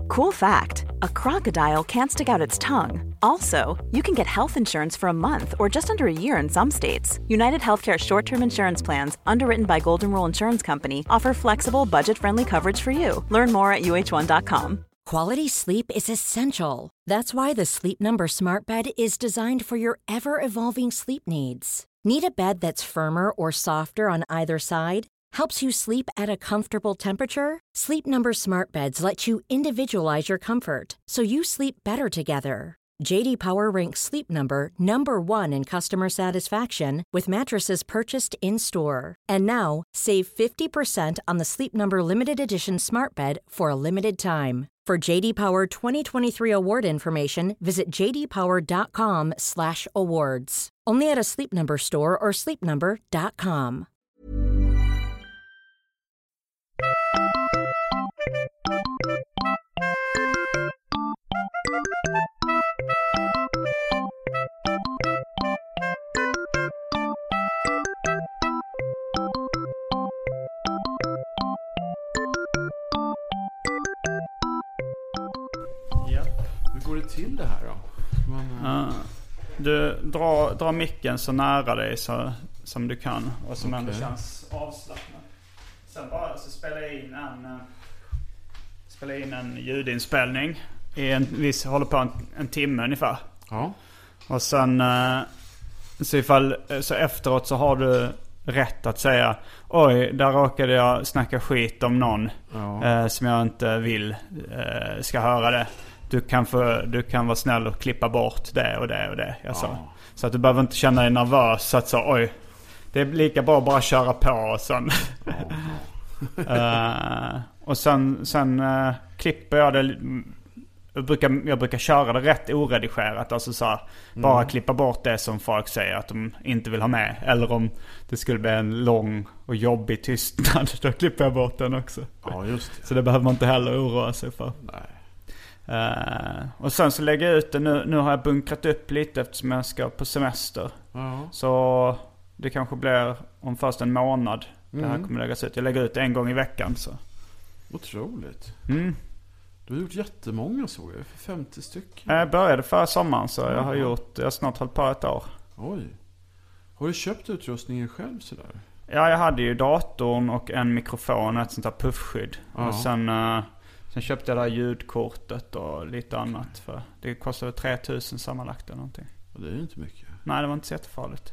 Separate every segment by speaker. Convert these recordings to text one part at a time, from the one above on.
Speaker 1: Cool fact, a crocodile can't stick out its tongue. Also, you can get health insurance for a month or just under a year in some states. United Healthcare short-term insurance plans, underwritten by Golden Rule Insurance Company, offer flexible, budget-friendly coverage for you. Learn more at uh1.com.
Speaker 2: Quality sleep is essential. That's why the Sleep Number Smart Bed is designed for your ever-evolving sleep needs. Need a bed that's firmer or softer on either side? Helps you sleep at a comfortable temperature? Sleep Number Smart Beds let you individualize your comfort so you sleep better together. JD Power ranks Sleep Number number 1 in customer satisfaction with mattresses purchased in-store. And now, save 50% on the Sleep Number Limited Edition Smart Bed for a limited time. For JD Power 2023 award information, visit jdpower.com/awards. Only at a Sleep Number store or sleepnumber.com.
Speaker 3: Ja, hur går det till det här då?
Speaker 4: Du drar micken så nära dig som du kan och som ändå känns avslappnat. Sen bara så spela in en ljudinspelning i håller på en timme ungefär.
Speaker 3: Ja.
Speaker 4: Och sen så efteråt så har du rätt att säga: oj, där råkade jag snacka skit om någon som jag inte vill ska höra det. Du kan vara snäll och klippa bort det och det och det. Så att du behöver inte känna dig nervös. Så att oj, det är lika bra att bara köra på och sen. Och sen klipper jag det. Jag brukar köra det rätt oredigerat. Alltså så här, bara klippa bort det som folk säger att de inte vill ha med. Eller om det skulle bli en lång och jobbig tystnad, då klipper jag bort den också.
Speaker 3: Ja, just det.
Speaker 4: Så det behöver man inte heller oroa sig för.
Speaker 3: Nej.
Speaker 4: Och sen så lägger jag ut det. Nu har jag bunkrat upp lite eftersom jag ska på semester. Så det kanske blir om först en månad det här kommer läggas ut. Jag lägger ut en gång i veckan så.
Speaker 3: Otroligt. Du har gjort jättemånga, såg jag, för 50 stycken.
Speaker 4: Jag började förra sommaren så jag har snart hållit på ett år.
Speaker 3: Oj. Har du köpt utrustningen själv sådär?
Speaker 4: Ja, jag hade ju datorn och en mikrofon och ett sånt här puffskydd. Och sen köpte jag det här ljudkortet och lite annat. För det kostade 3000 sammanlagt eller någonting.
Speaker 3: Och det är ju inte mycket.
Speaker 4: Nej, det var inte så jättefarligt.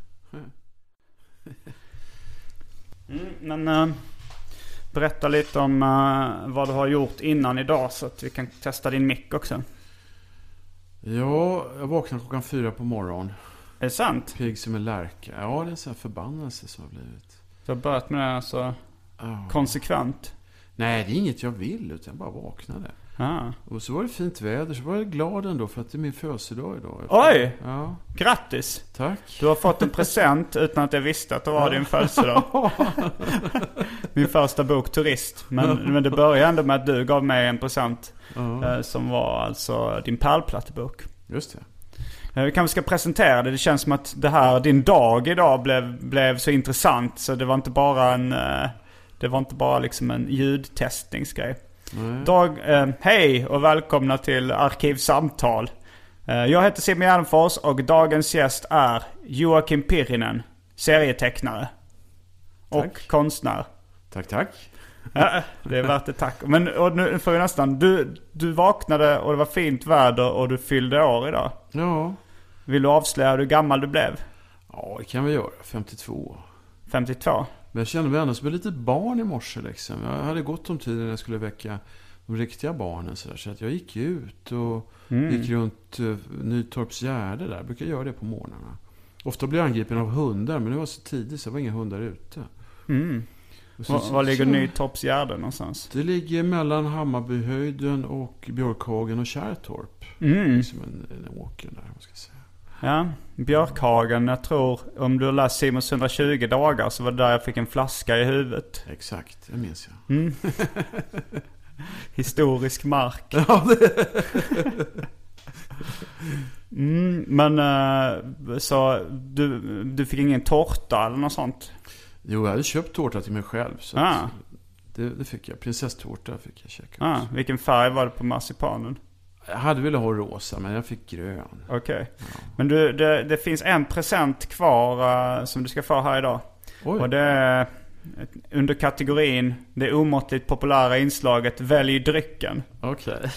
Speaker 4: Men berätta lite om vad du har gjort innan idag så att vi kan testa din mick också.
Speaker 3: Ja, jag vaknade 4:00 på morgonen.
Speaker 4: Är det sant?
Speaker 3: Pigg som en lärka. Ja, det är en sån här förbannelse som har blivit.
Speaker 4: Du har börjat med det alltså konsekvent?
Speaker 3: Nej, det är inget jag vill, utan jag bara vaknade. Och så var det fint väder, så var jag glad ändå för att det är min födelsedag idag.
Speaker 4: Oj!
Speaker 3: Ja.
Speaker 4: Grattis!
Speaker 3: Tack.
Speaker 4: Du har fått en present utan att jag visste att det var din födelsedag. Min första bok, Turist. Men det började ändå med att du gav mig en present som var alltså din pärlplattebok.
Speaker 3: Just det.
Speaker 4: Vi kanske ska presentera det. Det känns som att din dag idag blev så intressant. Så det var inte bara liksom en ljudtestningsgrej. Hej och välkomna till Arkivsamtal. Jag heter Simon Gärdenfors och dagens gäst är Joakim Pirinen, serietecknare och konstnär.
Speaker 3: Tack.
Speaker 4: Det är värt ett tack. Men nu får vi nästan. Du vaknade och det var fint väder och du fyllde år idag.
Speaker 3: Ja.
Speaker 4: Vill du avslöja hur gammal du blev?
Speaker 3: Ja, det kan vi göra. 52.
Speaker 4: 52?
Speaker 3: Men jag kände mig ändå som ett litet barn i morse liksom. Jag hade gått om tiden när jag skulle väcka de riktiga barnen så att jag gick ut och gick runt Nytorps Gärde där. Jag brukar göra det på morgnarna. Ofta blir jag angripen av hundar, men det var så tidigt så det var inga hundar ute.
Speaker 4: Var ligger Nytorps Gärde någonstans?
Speaker 3: Det ligger mellan Hammarbyhöjden och Björkhagen och Kärrtorp. Liksom en åker där, man ska säga.
Speaker 4: Ja, Björkhagen, jag tror om du har läst Simons 120 dagar så var det där jag fick en flaska i huvudet.
Speaker 3: Exakt, det minns jag.
Speaker 4: Historisk mark.
Speaker 3: Ja,
Speaker 4: Men så du fick ingen tårta eller något sånt?
Speaker 3: Jo, jag hade köpt tårta till mig själv så det fick jag. Prinsesstårta fick jag käka.
Speaker 4: Vilken färg var det på marsipanen?
Speaker 3: Jag hade velat ha rosa, men jag fick grön.
Speaker 4: Okej. Ja. Men det finns en present kvar som du ska få här idag.
Speaker 3: Oj.
Speaker 4: Och det är under kategorin det omåttligt populära inslaget Välj drycken.
Speaker 3: Okej.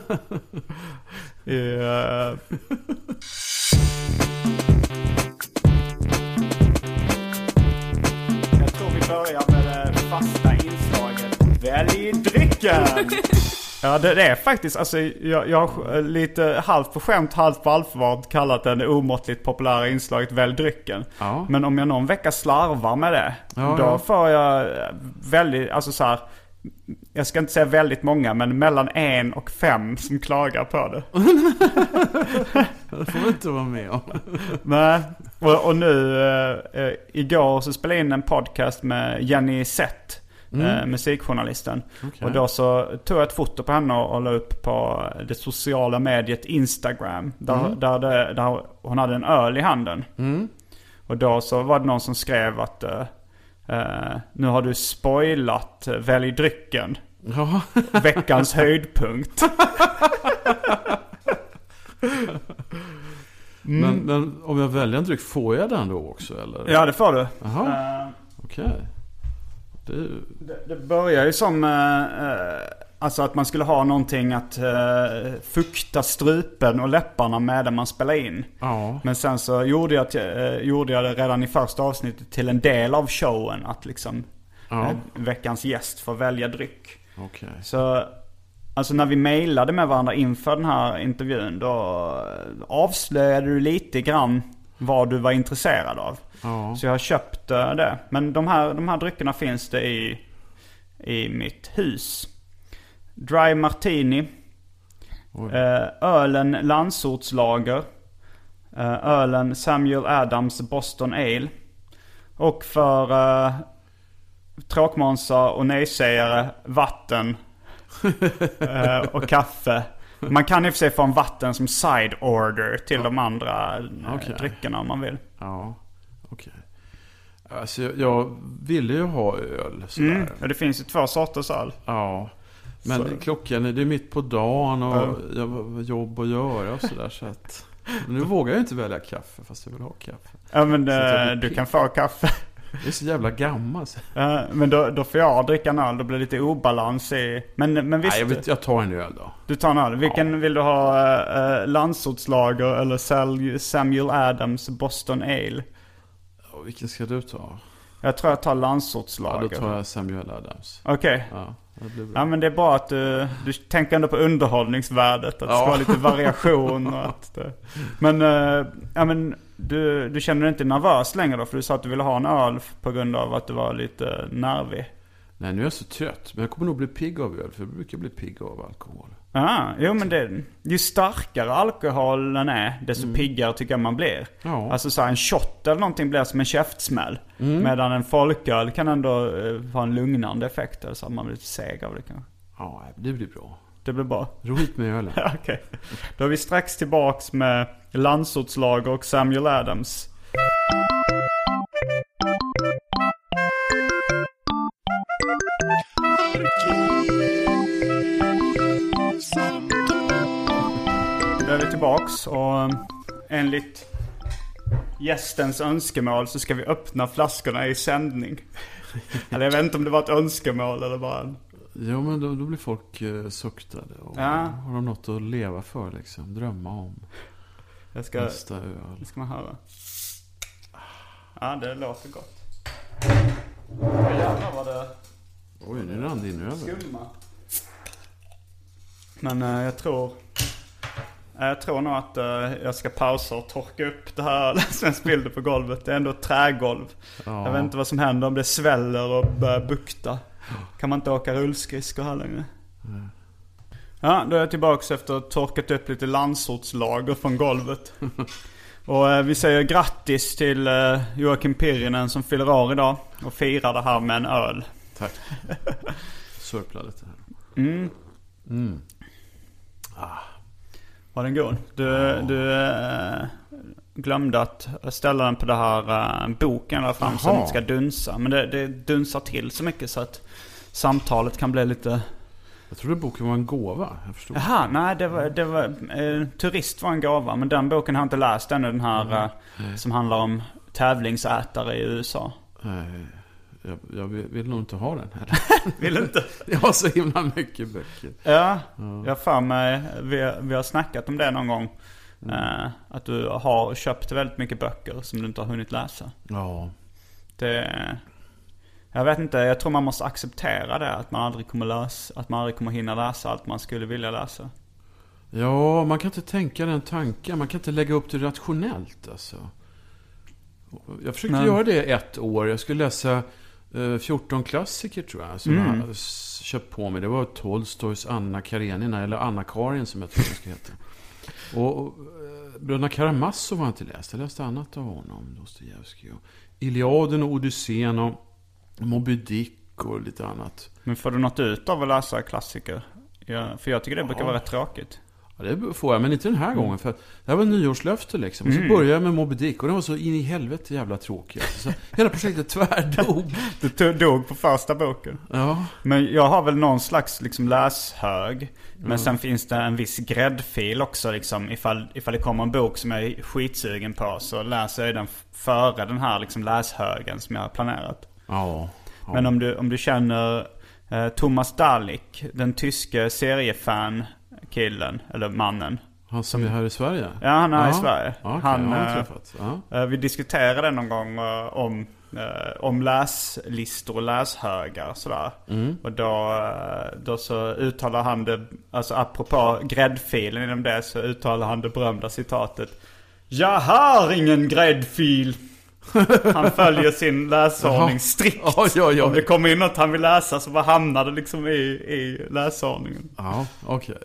Speaker 4: Jag tror vi börjar med det fasta inslaget Välj drycken. Ja, det är faktiskt, alltså jag har lite halvt på skämt, halvt på allvar kallat det omåttligt populära inslaget Välj drycken.
Speaker 3: Ja.
Speaker 4: Men om jag någon vecka slarvar med det, då får jag väldigt, alltså så här, jag ska inte säga väldigt många, men mellan 1 och 5 som klagar på det.
Speaker 3: Det får man inte vara med om.
Speaker 4: Nej, och nu igår så spelade jag in en podcast med Jenny Sett. Musikjournalisten. Okay. Och då så tog jag ett foto på henne och la upp på det sociala mediet Instagram. Där hon hade en öl i handen. Och då så var det någon som skrev att nu har du spoilat Välj drycken.
Speaker 3: Ja.
Speaker 4: Veckans höjdpunkt.
Speaker 3: Men om jag väljer en dryck, får jag den då också? Eller?
Speaker 4: Ja, det får du.
Speaker 3: Okej.
Speaker 4: Det börjar ju som alltså att man skulle ha någonting att fukta strupen och läpparna med när man spelar in.
Speaker 3: Ja.
Speaker 4: Men sen så gjorde jag det redan i första avsnittet till en del av showen, att liksom veckans gäst får välja dryck.
Speaker 3: Okay.
Speaker 4: Så alltså när vi mejlade med varandra inför den här intervjun, då avslöjade du lite grann vad du var intresserad av. Ja. Så jag har köpt det. Men de här dryckerna finns det i mitt hus. Dry Martini. Ölen Landsortslager. Ölen Samuel Adams Boston Ale. Och för tråkmånsar och nejsägare, vatten och kaffe. Man kan i och för sig få en vatten som side order till de andra dryckerna om man vill.
Speaker 3: Ja, okej. Alltså jag ville ju ha öl.
Speaker 4: Och det finns ju 2 sorters öl.
Speaker 3: Ja, men klockan det är mitt på dagen och jag har jobb att göra och sådär. Så att, nu vågar jag inte välja kaffe fast jag vill ha kaffe.
Speaker 4: Ja, men du kan få kaffe.
Speaker 3: Det är så jävla gammal.
Speaker 4: Men då får jag dricka en öl. Då blir det lite obalans i... Men visst...
Speaker 3: Nej, jag tar en öl då.
Speaker 4: Du tar en öl. Vilken vill du ha? Landsortslager eller Samuel Adams Boston Ale?
Speaker 3: Vilken ska du ta?
Speaker 4: Jag tror jag tar Landsortslager.
Speaker 3: Ja, då tar jag Samuel Adams.
Speaker 4: Okej.
Speaker 3: Ja, det blir bra.
Speaker 4: Ja, men det är bra att du tänker ändå på underhållningsvärdet. Att det ska vara lite variation. Och att men du känner dig inte nervös längre då? För du sa att du ville ha en öl på grund av att du var lite nervig.
Speaker 3: Nej, nu är jag så trött. Men jag kommer nog bli pigg av öl. För jag brukar bli pigg av alkohol.
Speaker 4: Jo, men ju starkare alkoholen är, desto piggare tycker jag man blir.
Speaker 3: Ja.
Speaker 4: Alltså så här, en shot eller någonting blir som en käftsmäll. Medan en folköl kan ändå ha en lugnande effekt. Eller så man blir lite seg av det kanske.
Speaker 3: Ja, det blir bra.
Speaker 4: Det blir bra.
Speaker 3: Roligt med ölen.
Speaker 4: Okej. Då är vi strax tillbaks med Landsortslager och Samuel Adams. Då är vi tillbaks och enligt gästens önskemål så ska vi öppna flaskorna i sändning. Eller jag vet inte om det var ett önskemål eller bara en...
Speaker 3: Ja, men då blir folk suktade och har de något att leva för liksom, drömma om. Nästa öl.
Speaker 4: Det ska man höra. Ja, det låter gott. Jävlar vad det...
Speaker 3: Oj, nu rann det in över.
Speaker 4: Skumma. Men jag tror nog att jag ska pausa och torka upp det här som jag spillde på golvet. Det är ändå ett trägolv. Ja. Jag vet inte vad som händer om det sväller och börjar bukta. Kan man inte åka rullskridskor här längre? Mm. Ja, då är jag tillbaka efter att ha torkat upp lite Landsortslager från golvet. Och vi säger grattis till Joakim Pirinen som fyller år idag och firar det här med en öl.
Speaker 3: Tack. Sörpla lite här.
Speaker 4: Var den god? Du glömde att ställa den på det här boken där fram som inte ska dunsa. Men det dunsar till så mycket så att samtalet kan bli lite...
Speaker 3: Jag trodde boken var en gåva. Jag förstod.
Speaker 4: Jaha, nej, det var Turist var en gåva. Men den boken har jag inte läst ännu. Den här som handlar om tävlingsätare i USA.
Speaker 3: Nej, jag vill nog inte ha den här.
Speaker 4: Vill inte?
Speaker 3: Jag har så himla mycket böcker.
Speaker 4: Ja. Jag för mig, vi har snackat om det någon gång. Att du har köpt väldigt mycket böcker som du inte har hunnit läsa.
Speaker 3: Ja.
Speaker 4: Jag vet inte, jag tror man måste acceptera det. Att man aldrig kommer hinna läsa allt man skulle vilja läsa.
Speaker 3: Ja, man kan inte tänka den tanken. Man kan inte lägga upp det rationellt alltså. Jag försökte göra det 1 år. Jag skulle läsa 14 klassiker tror jag. Som jag hade köpt på mig. Det var Tolstojs Anna Karenina. Eller Anna-Karin som jag tror det ska heta. Och Bröderna Karamazov var inte läst. Jag läste annat av honom. Dostojevskij och Iliaden och Odysseen och Moby Dick och lite annat. Men
Speaker 4: får du något ut av att läsa klassiker? För jag tycker det brukar vara rätt tråkigt.
Speaker 3: Ja, det får jag, men inte den här gången. För det här var en nyårslöfte liksom. Och så började jag med Moby Dick. Och den var så in i helvete jävla tråkig. Så hela projektet tvärdog.
Speaker 4: Du dog på första boken.
Speaker 3: Ja.
Speaker 4: Men jag har väl någon slags liksom läshög. Men sen finns det en viss gräddfil också. Liksom, ifall det kommer en bok som jag är skitsugen på, så läser jag den före den här liksom läshögen som jag har planerat.
Speaker 3: Ja.
Speaker 4: Men om du känner Thomas Dalek, den tyske seriefan-killen, eller mannen.
Speaker 3: Han som är här i Sverige?
Speaker 4: Ja, han är i Sverige.
Speaker 3: Okay, han har träffat.
Speaker 4: Vi diskuterade någon gång om läslistor och läshögar sådär. Och då så uttalar han det, alltså apropå gräddfilen inom det, så uttalar han det berömda citatet: "Jag har ingen gräddfil." Han följer sin läsordning strikt.
Speaker 3: Oj.
Speaker 4: Om det kommer in något han vill läsa, så bara hamnar det liksom i läsordningen.
Speaker 3: Ja, okej.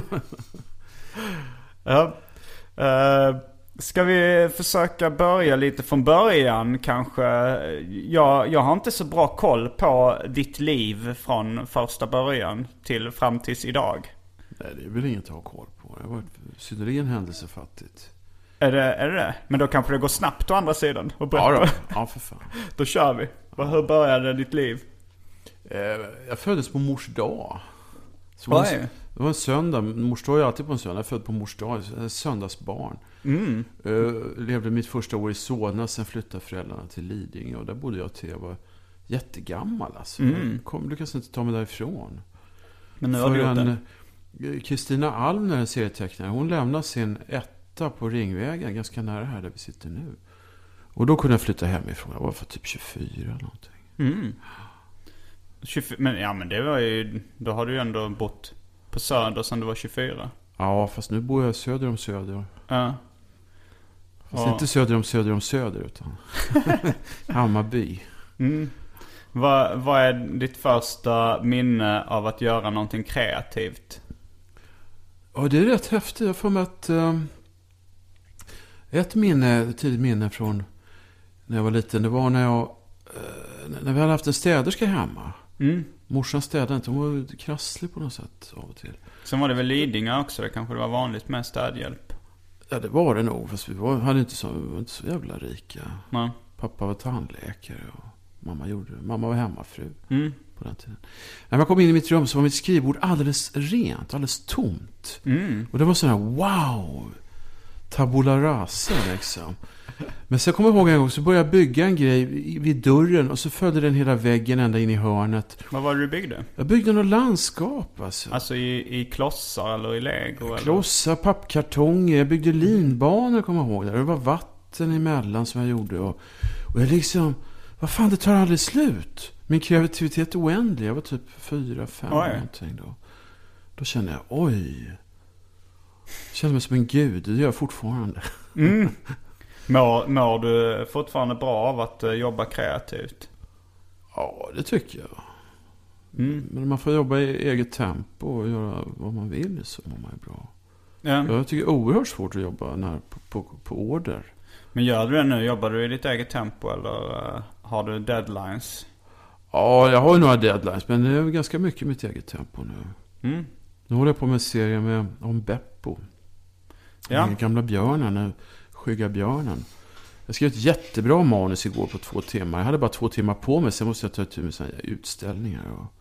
Speaker 4: Ja. Ska vi försöka börja lite från början kanske? Jag har inte så bra koll på ditt liv från första början fram tills idag.
Speaker 3: Nej, det är väl inget att ha koll på. Det har varit synnerligen händelsefattigt.
Speaker 4: Är det? Men då kanske det går snabbt å andra sidan.
Speaker 3: Ja, för fan.
Speaker 4: Då kör vi. Hur började ditt liv?
Speaker 3: Jag föddes på mors dag. Det var en söndag. Mors dag är alltid på en söndag. Jag född på mors dag. En söndagsbarn. Levde mitt första år i Solna. Sen flyttade föräldrarna till Lidingö. Och där bodde jag till jag var jättegammal. Alltså. Jag lyckades inte ta mig därifrån.
Speaker 4: Men nu har du gjort det.
Speaker 3: Kristina Almner, en serietecknare. Hon lämnade sin på Ringvägen, ganska nära här där vi sitter nu. Och då kunde jag flytta hemifrån. Jag var för typ 24 eller någonting.
Speaker 4: 24, men det var ju... Då har du ju ändå bott på Söder sedan du var 24.
Speaker 3: Ja, fast nu bor jag söder om Söder.
Speaker 4: Ja.
Speaker 3: Fast inte söder om Söder utan Hammarby.
Speaker 4: Vad är ditt första minne av att göra någonting kreativt?
Speaker 3: Ja, det är rätt häftigt. Jag får med att ett tidigt minne från när jag var liten, det var när vi hade haft en städerska hemma. Morsan städade inte, hon var lite krasslig på något sätt av och till.
Speaker 4: Sen var det väl Lidingö också, det kanske det var vanligt med städhjälp.
Speaker 3: Ja, det var det nog, fast vi var inte så jävla rika.
Speaker 4: Nej.
Speaker 3: Pappa var tandläkare och mamma var hemmafru på den tiden. När jag kom in i mitt rum så var mitt skrivbord alldeles rent, alldeles tomt. Och det var sån här, wow, tabula rasa liksom. Men sen kommer jag ihåg en gång så började jag bygga en grej vid dörren och så följde den hela väggen ända in i hörnet.
Speaker 4: Vad var det du byggde?
Speaker 3: Jag byggde något landskap alltså.
Speaker 4: Alltså i klossar eller i lego?
Speaker 3: Klossar, pappkartonger. Jag byggde linbanor, kommer jag ihåg. Det var vatten emellan som jag gjorde. Och jag liksom, vad fan, det tar aldrig slut. Min kreativitet är oändlig. Jag var typ 4-5 någonting då. Då kände jag, oj. Jag kände mig som en gud. Det gör jag fortfarande.
Speaker 4: Mår du fortfarande bra av att jobba kreativt?
Speaker 3: Ja, det tycker jag. Men man får jobba i eget tempo och göra vad man vill, så mår man är bra. Ja. Jag tycker det är oerhört svårt att jobba på order.
Speaker 4: Men gör du det nu? Jobbar du i ditt eget tempo eller har du deadlines?
Speaker 3: Ja, jag har ju några deadlines, men det är ganska mycket mitt eget tempo nu. Nu håller jag på med en serie om Beppo. Den gamla björnen, skygga björnen. Jag skrev ett jättebra manus igår på 2 timmar. Jag hade bara 2 timmar på mig, sen måste jag ta ut med såna utställningar och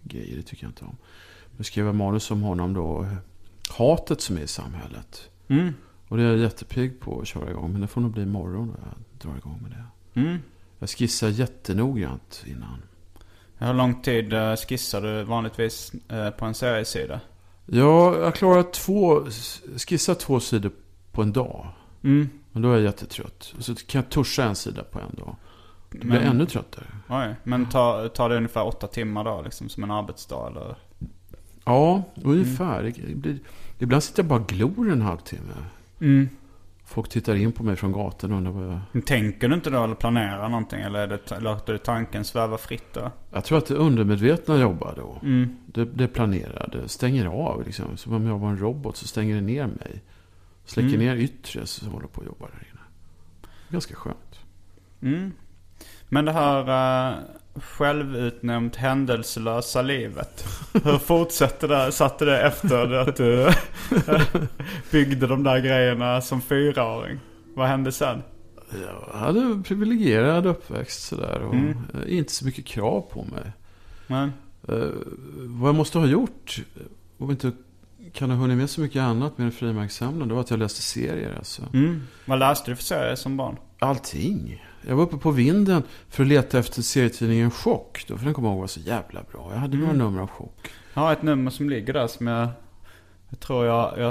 Speaker 3: grejer, det tycker jag inte om. Nu skrev jag manus om honom då, hatet som är i samhället. Och det är jag jättepigg på att köra igång, men det får nog bli imorgon när jag drar igång med det. Jag skissar jättenoggrant innan.
Speaker 4: Hur lång tid skissar du vanligtvis på en seriesida?
Speaker 3: Ja, jag klarar skissa 2 sidor på en dag. Men då är jag jättetrött. Så kan jag tuscha en sida på en dag. Det blir ännu tröttare.
Speaker 4: Oj, men tar det ungefär 8 timmar då, liksom som en arbetsdag eller?
Speaker 3: Ja, ungefär. Ibland sitter jag bara och glor en halvtimme. Folk tittar in på mig från gatan och undrar vad jag...
Speaker 4: Tänker du inte då eller planerar någonting? Eller låter du tanken sväva fritt då?
Speaker 3: Jag tror att det undermedvetna jobbar då. Det planerar. Det stänger av liksom. Som om jag var en robot så stänger det ner mig. Släcker ner yttre så håller på att jobba där inne. Ganska skönt.
Speaker 4: Men det här självutnämnt händelselösa livet, hur fortsätter det? Satte det efter att du byggde de där grejerna som 4-åring? Vad hände sen?
Speaker 3: Jag hade privilegierad uppväxt sådär och inte så mycket krav på mig.
Speaker 4: Men
Speaker 3: vad jag måste ha gjort, om inte kan ha hunnit med så mycket annat med en frimärkssamlare, det var att jag läste serier alltså.
Speaker 4: Vad läste du för serier som barn?
Speaker 3: Allting. Jag var uppe på vinden för att leta efter serietidningen Chock då, för den kommer ihåg var så jävla bra. Jag hade några nummer av Chock.
Speaker 4: Ja, ett nummer som ligger där som jag tror jag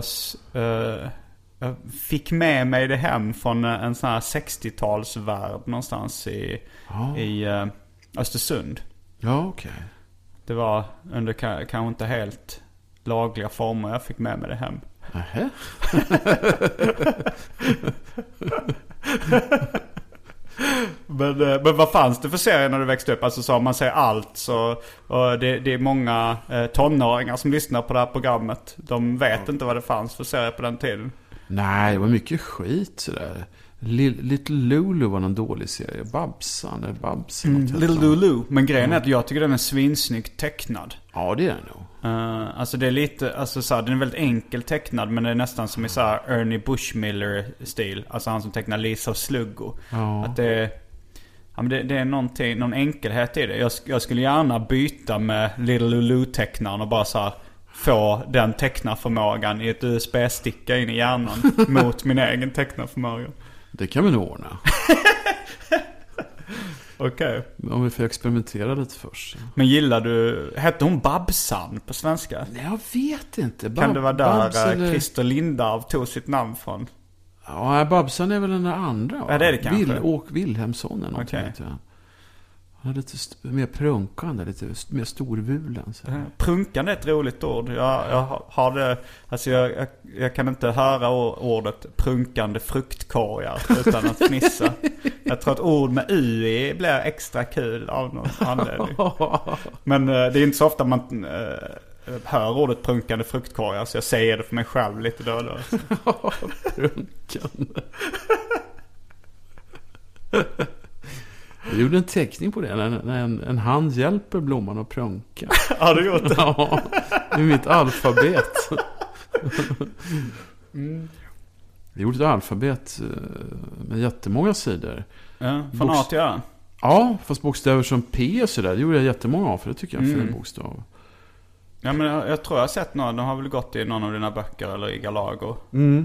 Speaker 4: fick med mig det hem från en sån här 60-talsvärld någonstans i Östersund.
Speaker 3: Ja, okej.
Speaker 4: Det var under kanske inte helt lagliga former jag fick med mig det hem.
Speaker 3: Nähä?
Speaker 4: Men vad fanns det för serier när du växte upp? Alltså så om man säger allt så det är många tonåringar som lyssnar på det här programmet. De vet inte vad det fanns för serier på den tiden.
Speaker 3: Nej, det var mycket skit sådär. Little Lulu var någon dålig serie. Babsan.
Speaker 4: Little Lulu. Men grejen är att jag tycker den är svinsnyggt tecknad.
Speaker 3: Ja, det är den nog.
Speaker 4: Alltså det är lite, alltså så här, den är väldigt enkel tecknad, men det är nästan som i så här Ernie Bushmiller-stil. Alltså han som tecknar Lisa och Sluggo.
Speaker 3: Ja.
Speaker 4: Att det är någon enkelhet i det. Jag skulle gärna byta med Little Lulu-tecknaren och bara så här få den tecknarförmågan i ett USB-sticka in i hjärnan mot min egen tecknarförmåga.
Speaker 3: Det kan vi nog ordna.
Speaker 4: Okej.
Speaker 3: Om vi får experimentera lite först.
Speaker 4: Men gillar du... Hette hon Babsan på svenska?
Speaker 3: Nej, jag vet inte.
Speaker 4: Kan det vara där Christer Lindarw tog sitt namn från?
Speaker 3: Ja, Babsan är väl den där andra, va?
Speaker 4: Ja, det är det kanske.
Speaker 3: Åke Wilhelmsson eller något.
Speaker 4: Okej.
Speaker 3: Han är lite mer prunkande, lite mer storvulen.
Speaker 4: Prunkande är ett roligt ord. Jag har det... Alltså jag kan inte höra ordet prunkande fruktkorgar utan att fnissa. Jag tror att ord med u i blir extra kul av någon anledning. Men det är inte så ofta man hör ordet prunkande fruktkorgar, så jag säger det för mig själv lite då och då.
Speaker 3: Prunkande. Jag gjorde en teckning på det när en hand hjälper blomman att prunka.
Speaker 4: Har du gjort det?
Speaker 3: Ja, det är mitt alfabet. Jag gjorde ett alfabet med jättemånga sidor.
Speaker 4: Ja, från A till Ö.
Speaker 3: Ja, fast bokstäver som P och sådär, det gjorde jag jättemånga av, för det tycker jag är en fin bokstav.
Speaker 4: Ja, men jag tror jag har sett någon. De har väl gått i någon av dina böcker eller i Galago.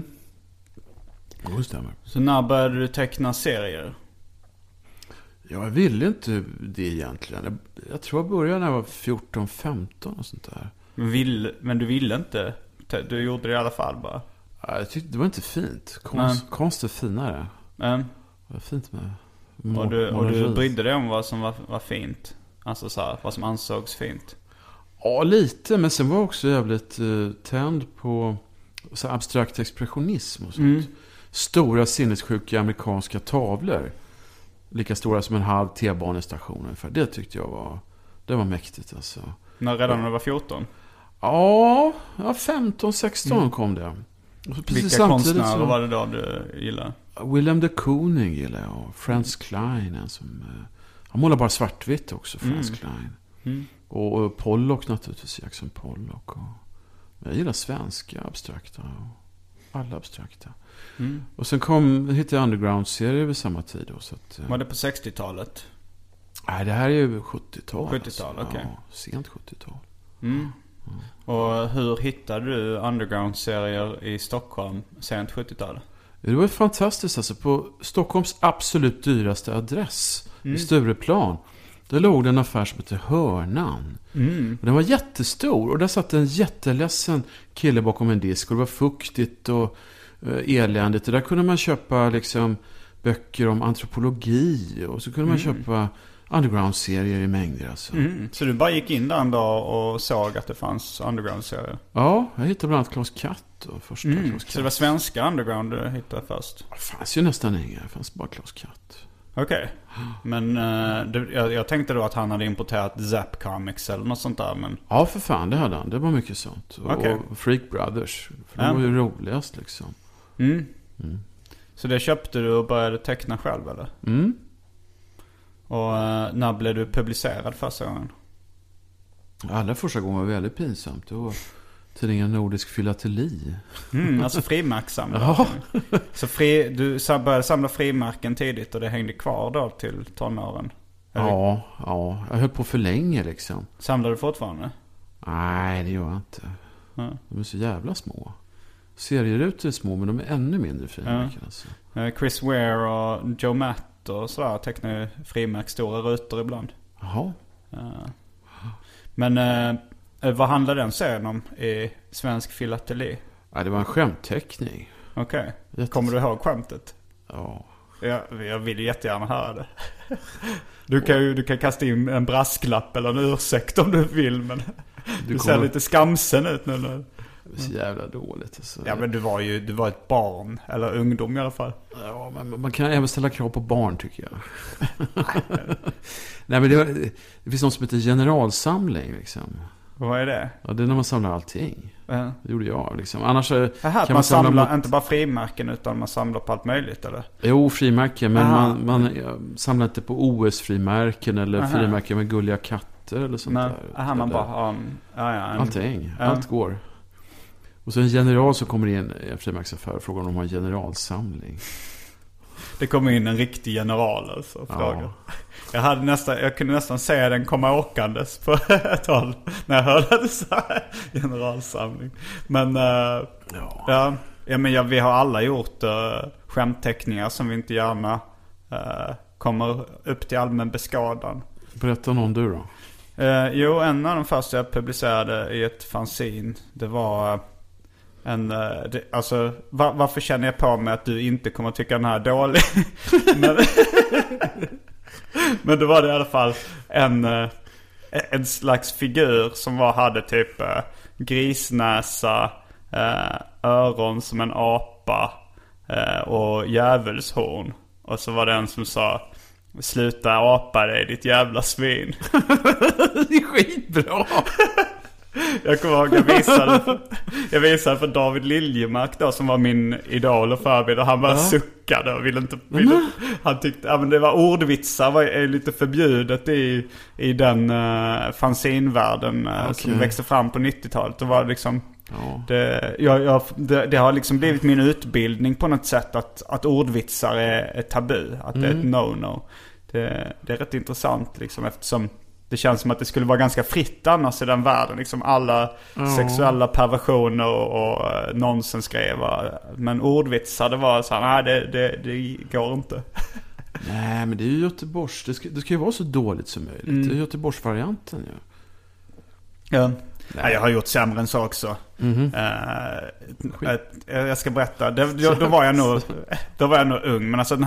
Speaker 3: Det stämmer.
Speaker 4: Så när började du teckna serier?
Speaker 3: Jag ville inte det egentligen. Jag tror jag började när jag var 14-15 och sånt där.
Speaker 4: Men du ville inte? Du gjorde det i alla fall bara?
Speaker 3: Ja, jag tyckte det var inte fint. Konst är finare. Det var fint med
Speaker 4: och du brydde dig om vad som var fint? Alltså så här, vad som ansågs fint?
Speaker 3: Ja, lite. Men sen var jag också jävligt tänd på så abstrakt expressionism och sånt. Stora sinnessjuka amerikanska tavlor. Lika stora som en halv T-banestation ungefär. Det tyckte jag var mäktigt alltså.
Speaker 4: Redan när du var 14?
Speaker 3: Ja, 15-16 kom det.
Speaker 4: Vilka konstnärer var det då du gillade?
Speaker 3: Willem de Kooning gillade jag. Franz Klein. Han målar bara svartvitt också, Franz Klein. Och Pollock naturligtvis, Jackson Pollock. Jag gillar svenska abstrakta. Alla abstrakta. Och sen hittade jag underground-serier vid samma tid då, så att,
Speaker 4: var det på 60-talet?
Speaker 3: Nej, det här är ju 70-tal.
Speaker 4: 70-tal, okej.
Speaker 3: Ja, sent 70-tal.
Speaker 4: Och hur hittade du underground-serier i Stockholm sent 70-tal?
Speaker 3: Det var fantastiskt alltså. På Stockholms absolut dyraste adress i Stureplan, där låg det en affär som heter Hörnan. Och den var jättestor. Och där satt en jätteledsen kille bakom en disk. Och det var fuktigt och eländigt. Och där kunde man köpa liksom böcker om antropologi. Och så kunde man köpa underground-serier i mängder alltså.
Speaker 4: Så du bara gick in där en dag och såg att det fanns underground-serier?
Speaker 3: Ja, jag hittade bland annat Klaus Katt och första Klaus Katt.
Speaker 4: Så det var svenska underground du hittade först?
Speaker 3: Det fanns ju nästan inga. Det fanns bara Klaus Katt.
Speaker 4: Okej. Men jag tänkte då att han hade importerat Zap Comics eller något sånt där. Men...
Speaker 3: Ja, för fan, det hade han. Det var mycket sånt. Och Freak Brothers. För de var ju roligast liksom.
Speaker 4: Så det köpte du och började teckna själv eller? Och när blev du publicerad första gången?
Speaker 3: Allra första gången var väldigt pinsamt. Det var tidningen Nordisk Filateli.
Speaker 4: Alltså frimärkssamlare.
Speaker 3: Ja.
Speaker 4: Så du började samla frimärken tidigt och det hängde kvar då till tonåren?
Speaker 3: Ja. Jag höll på för länge liksom.
Speaker 4: Samlar du fortfarande?
Speaker 3: Nej, det gör jag inte. De är så jävla små. Serierutor är små, men de är ännu mindre frimärken alltså.
Speaker 4: Chris Ware och Joe Matt och sådär tecknar frimärksstora rutor ibland.
Speaker 3: Jaha.
Speaker 4: Men vad handlar den serien om i Svensk Filateli?
Speaker 3: Ja, det var en skämtteckning.
Speaker 4: Okej. Kommer du ihåg skämtet?
Speaker 3: Ja.
Speaker 4: Jag vill ju jättegärna höra det. Du kan kasta in en brasklapp eller en ursäkt om du vill, men du ser lite skamsen ut nu.
Speaker 3: Det är så jävla dåligt alltså.
Speaker 4: Ja, men du var ett barn eller ungdom i alla fall.
Speaker 3: Ja, men man kan även ställa krav på barn tycker jag. Nej, men det finns något som heter generalsamling liksom.
Speaker 4: Vad är det?
Speaker 3: Ja, det är när man samlar allting. Det gjorde jag liksom. Annars kan
Speaker 4: man samlar inte bara frimärken utan man samlar på allt möjligt eller?
Speaker 3: Jo, frimärken, men man samlar inte på OS-frimärken eller frimärken med gulliga katter eller sånt där.
Speaker 4: Man bara
Speaker 3: allting. Allt går. Och så en general som kommer in i en frimärksaffär och frågar om de har en generalsamling.
Speaker 4: Det kommer in en riktig general alltså, frågar. Jag kunde nästan se den komma åkandes på ett håll när jag hörde det så här, generalsamling. Men vi har alla gjort skämtteckningar som vi inte gärna kommer upp till allmän beskadan.
Speaker 3: Berätta någon du då?
Speaker 4: En av de första jag publicerade i ett fanzine, det var varför känner jag på mig att du inte kommer att tycka den här är dålig? Men det var det i alla fall en slags figur som hade typ grisnäsa, öron som en apa och djävulshorn. Och så var det en som sa: sluta apa dig, ditt jävla svin.
Speaker 3: Det är skitbra.
Speaker 4: Jag kommer ihåg, jag visade för David Liljemark då, som var min idol och förebild, och han bara suckade och ville han tyckte men det var ordvitsar är lite förbjudet i den fanzinvärlden som växte fram på 90-talet. Det var liksom det har liksom blivit min utbildning på något sätt att ordvitsar är tabu, att det är ett no-no. Det är rätt intressant liksom, eftersom det känns som att det skulle vara ganska fritt annars i den världen. Liksom alla sexuella perversioner och nonsensgrejer. Men ordvitsar, det var så här, nej det går inte.
Speaker 3: Nej, men det är ju Göteborgs. Det ska ju vara så dåligt som möjligt. Det är Göteborgsvarianten
Speaker 4: Ja. Jag har gjort sämre än så också. Jag ska berätta. Då var jag nog ung. Men alltså den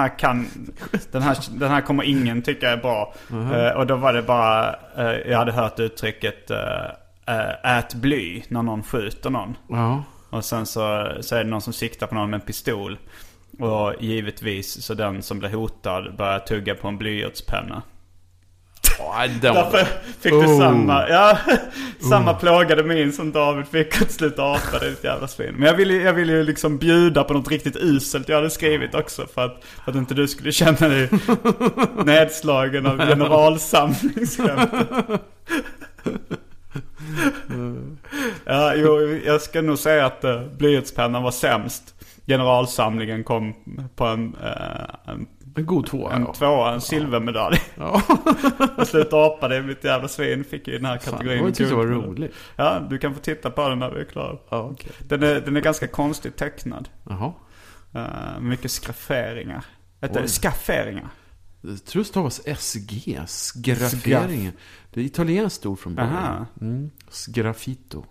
Speaker 4: här kommer ingen tycka är bra. Och då var det bara jag hade hört uttrycket ät bly när någon skjuter någon. Och sen så är det någon som siktar på någon med en pistol. Och givetvis så den som blir hotad börjar tugga på en blyertspenna. Därför fick du samma plågade min som David fick att sluta apa, det är ett jävla svin. Men jag ville ju liksom bjuda på något riktigt uselt jag hade skrivit också, för att inte du skulle känna dig nedslagen av generalsamlingsskämtet. Jag ska nog säga att blyertspennan var sämst. Generalsamlingen kom på
Speaker 3: En god tvåa.
Speaker 4: En tvåa, en silvermedalj.
Speaker 3: Ja.
Speaker 4: Jag slutade apa, det är mitt jävla svin. Fick ju den här kategorin.
Speaker 3: Jag tyckte det var roligt.
Speaker 4: Ja, du kan få titta på den när vi är klara.
Speaker 3: Ja, okay.
Speaker 4: Den är ganska konstigt tecknad.
Speaker 3: Jaha.
Speaker 4: Mycket skafferingar. Skafferingar.
Speaker 3: Jag tror det stavas SG. Sgrafferingen. Det är italienskt ord från början. Sgraffito.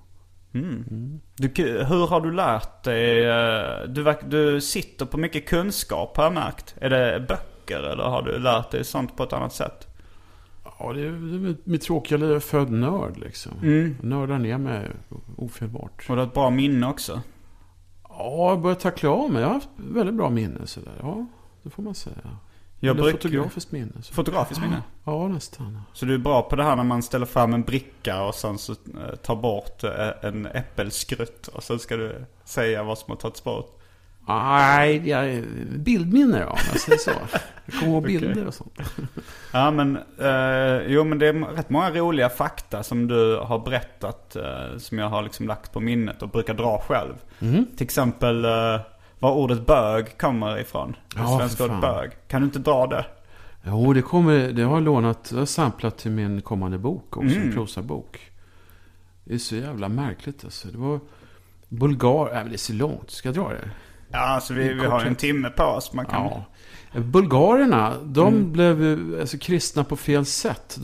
Speaker 4: Hur har du lärt dig? Du sitter på mycket kunskap, har jag märkt. Är det böcker eller har du lärt dig sånt på ett annat sätt?
Speaker 3: Ja, det är mitt tråkiga liv. Jag är född nörd liksom. Nördar ner mig ofelbart.
Speaker 4: Och du har ett bra minne också?
Speaker 3: Ja, jag börjar tackla av mig. Jag har haft väldigt bra minne sådär. Ja, det får man säga. Fotografiskt minne. Så.
Speaker 4: Fotografiskt minne?
Speaker 3: Ja, nästan.
Speaker 4: Så du är bra på det här när man ställer fram en bricka och sen så tar bort en äppelskrutt och sen ska du säga vad som har tagits bort?
Speaker 3: Nej, bildminne då, jag säger så. Jag kommer ihåg bilder och sånt.
Speaker 4: Ja, men men det är rätt många roliga fakta som du har berättat som jag har liksom lagt på minnet och brukar dra själv. Till exempel var ordet bög kommer ifrån.
Speaker 3: Ja,
Speaker 4: svenska ordet bög. Kan du inte dra det?
Speaker 3: Jo, det har jag samplat till min kommande bok också, en prosabok. Det är så jävla märkligt alltså. Det var bulgar, det är så långt, ska jag dra det?
Speaker 4: Ja, alltså vi har en timme på oss. Man kan...
Speaker 3: Ja. Bulgarerna, de blev alltså kristna på fel sätt.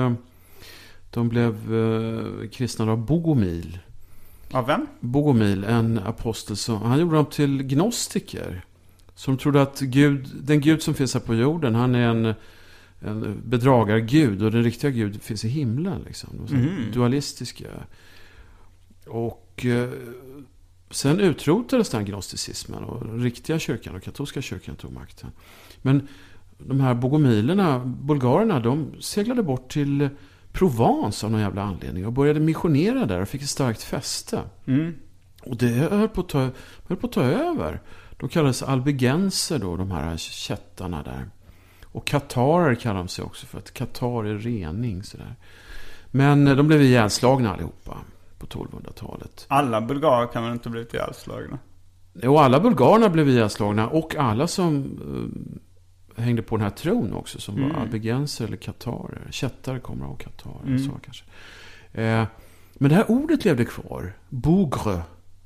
Speaker 3: De blev kristna av Bogomil.
Speaker 4: Av vem?
Speaker 3: Bogomil, en apostel. Han gjorde dem till gnostiker. Som trodde att den Gud som finns här på jorden, han är en bedragargud. Och den riktiga Gud finns i himlen. Liksom. Dualistiska. Och sen utrotades den gnosticismen. Och den riktiga kyrkan och katolska kyrkan tog makten. Men de här bogomilerna, bulgarerna, de seglade bort till Provence av någon jävla anledning. Och började missionera där och fick ett starkt fäste. Och det höll på att ta över. De kallades albigenser då, de här kättarna där. Och katarer kallar de sig också för att katar är rening sådär. Men de blev ihjälslagna allihopa på 1200-talet.
Speaker 4: Alla bulgarer kan väl inte blivit ihjälslagna?
Speaker 3: Och alla bulgarerna blev ihjälslagna och alla som hängde på den här tron också som var albigenser eller katarer. Kättare kommer av katarer så kanske. Men det här ordet levde kvar. Bougre.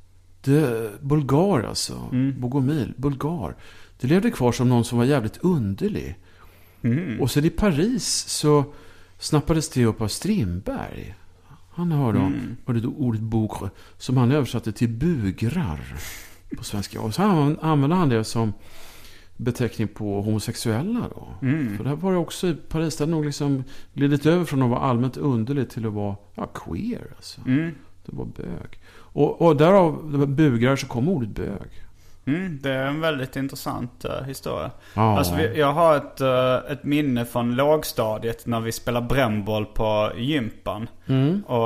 Speaker 3: Bulgar alltså. Bogomil. Bulgar. Det levde kvar som någon som var jävligt underlig. Och sen i Paris så snappades det upp av Strindberg. Han hörde om ordet bougre som han översatte till bugrar på svenska. Och så använde han det som beteckning på homosexuella då. För det här var det också i Paris. Det hade nog liksom glidit över från att vara allmänt underligt till att vara queer alltså. Det var bög. Och därav bugrar så kom ordet bög.
Speaker 4: Det är en väldigt intressant historia.
Speaker 3: Ja.
Speaker 4: Alltså jag har ett minne från lågstadiet när vi spelade brännboll på gympan. Och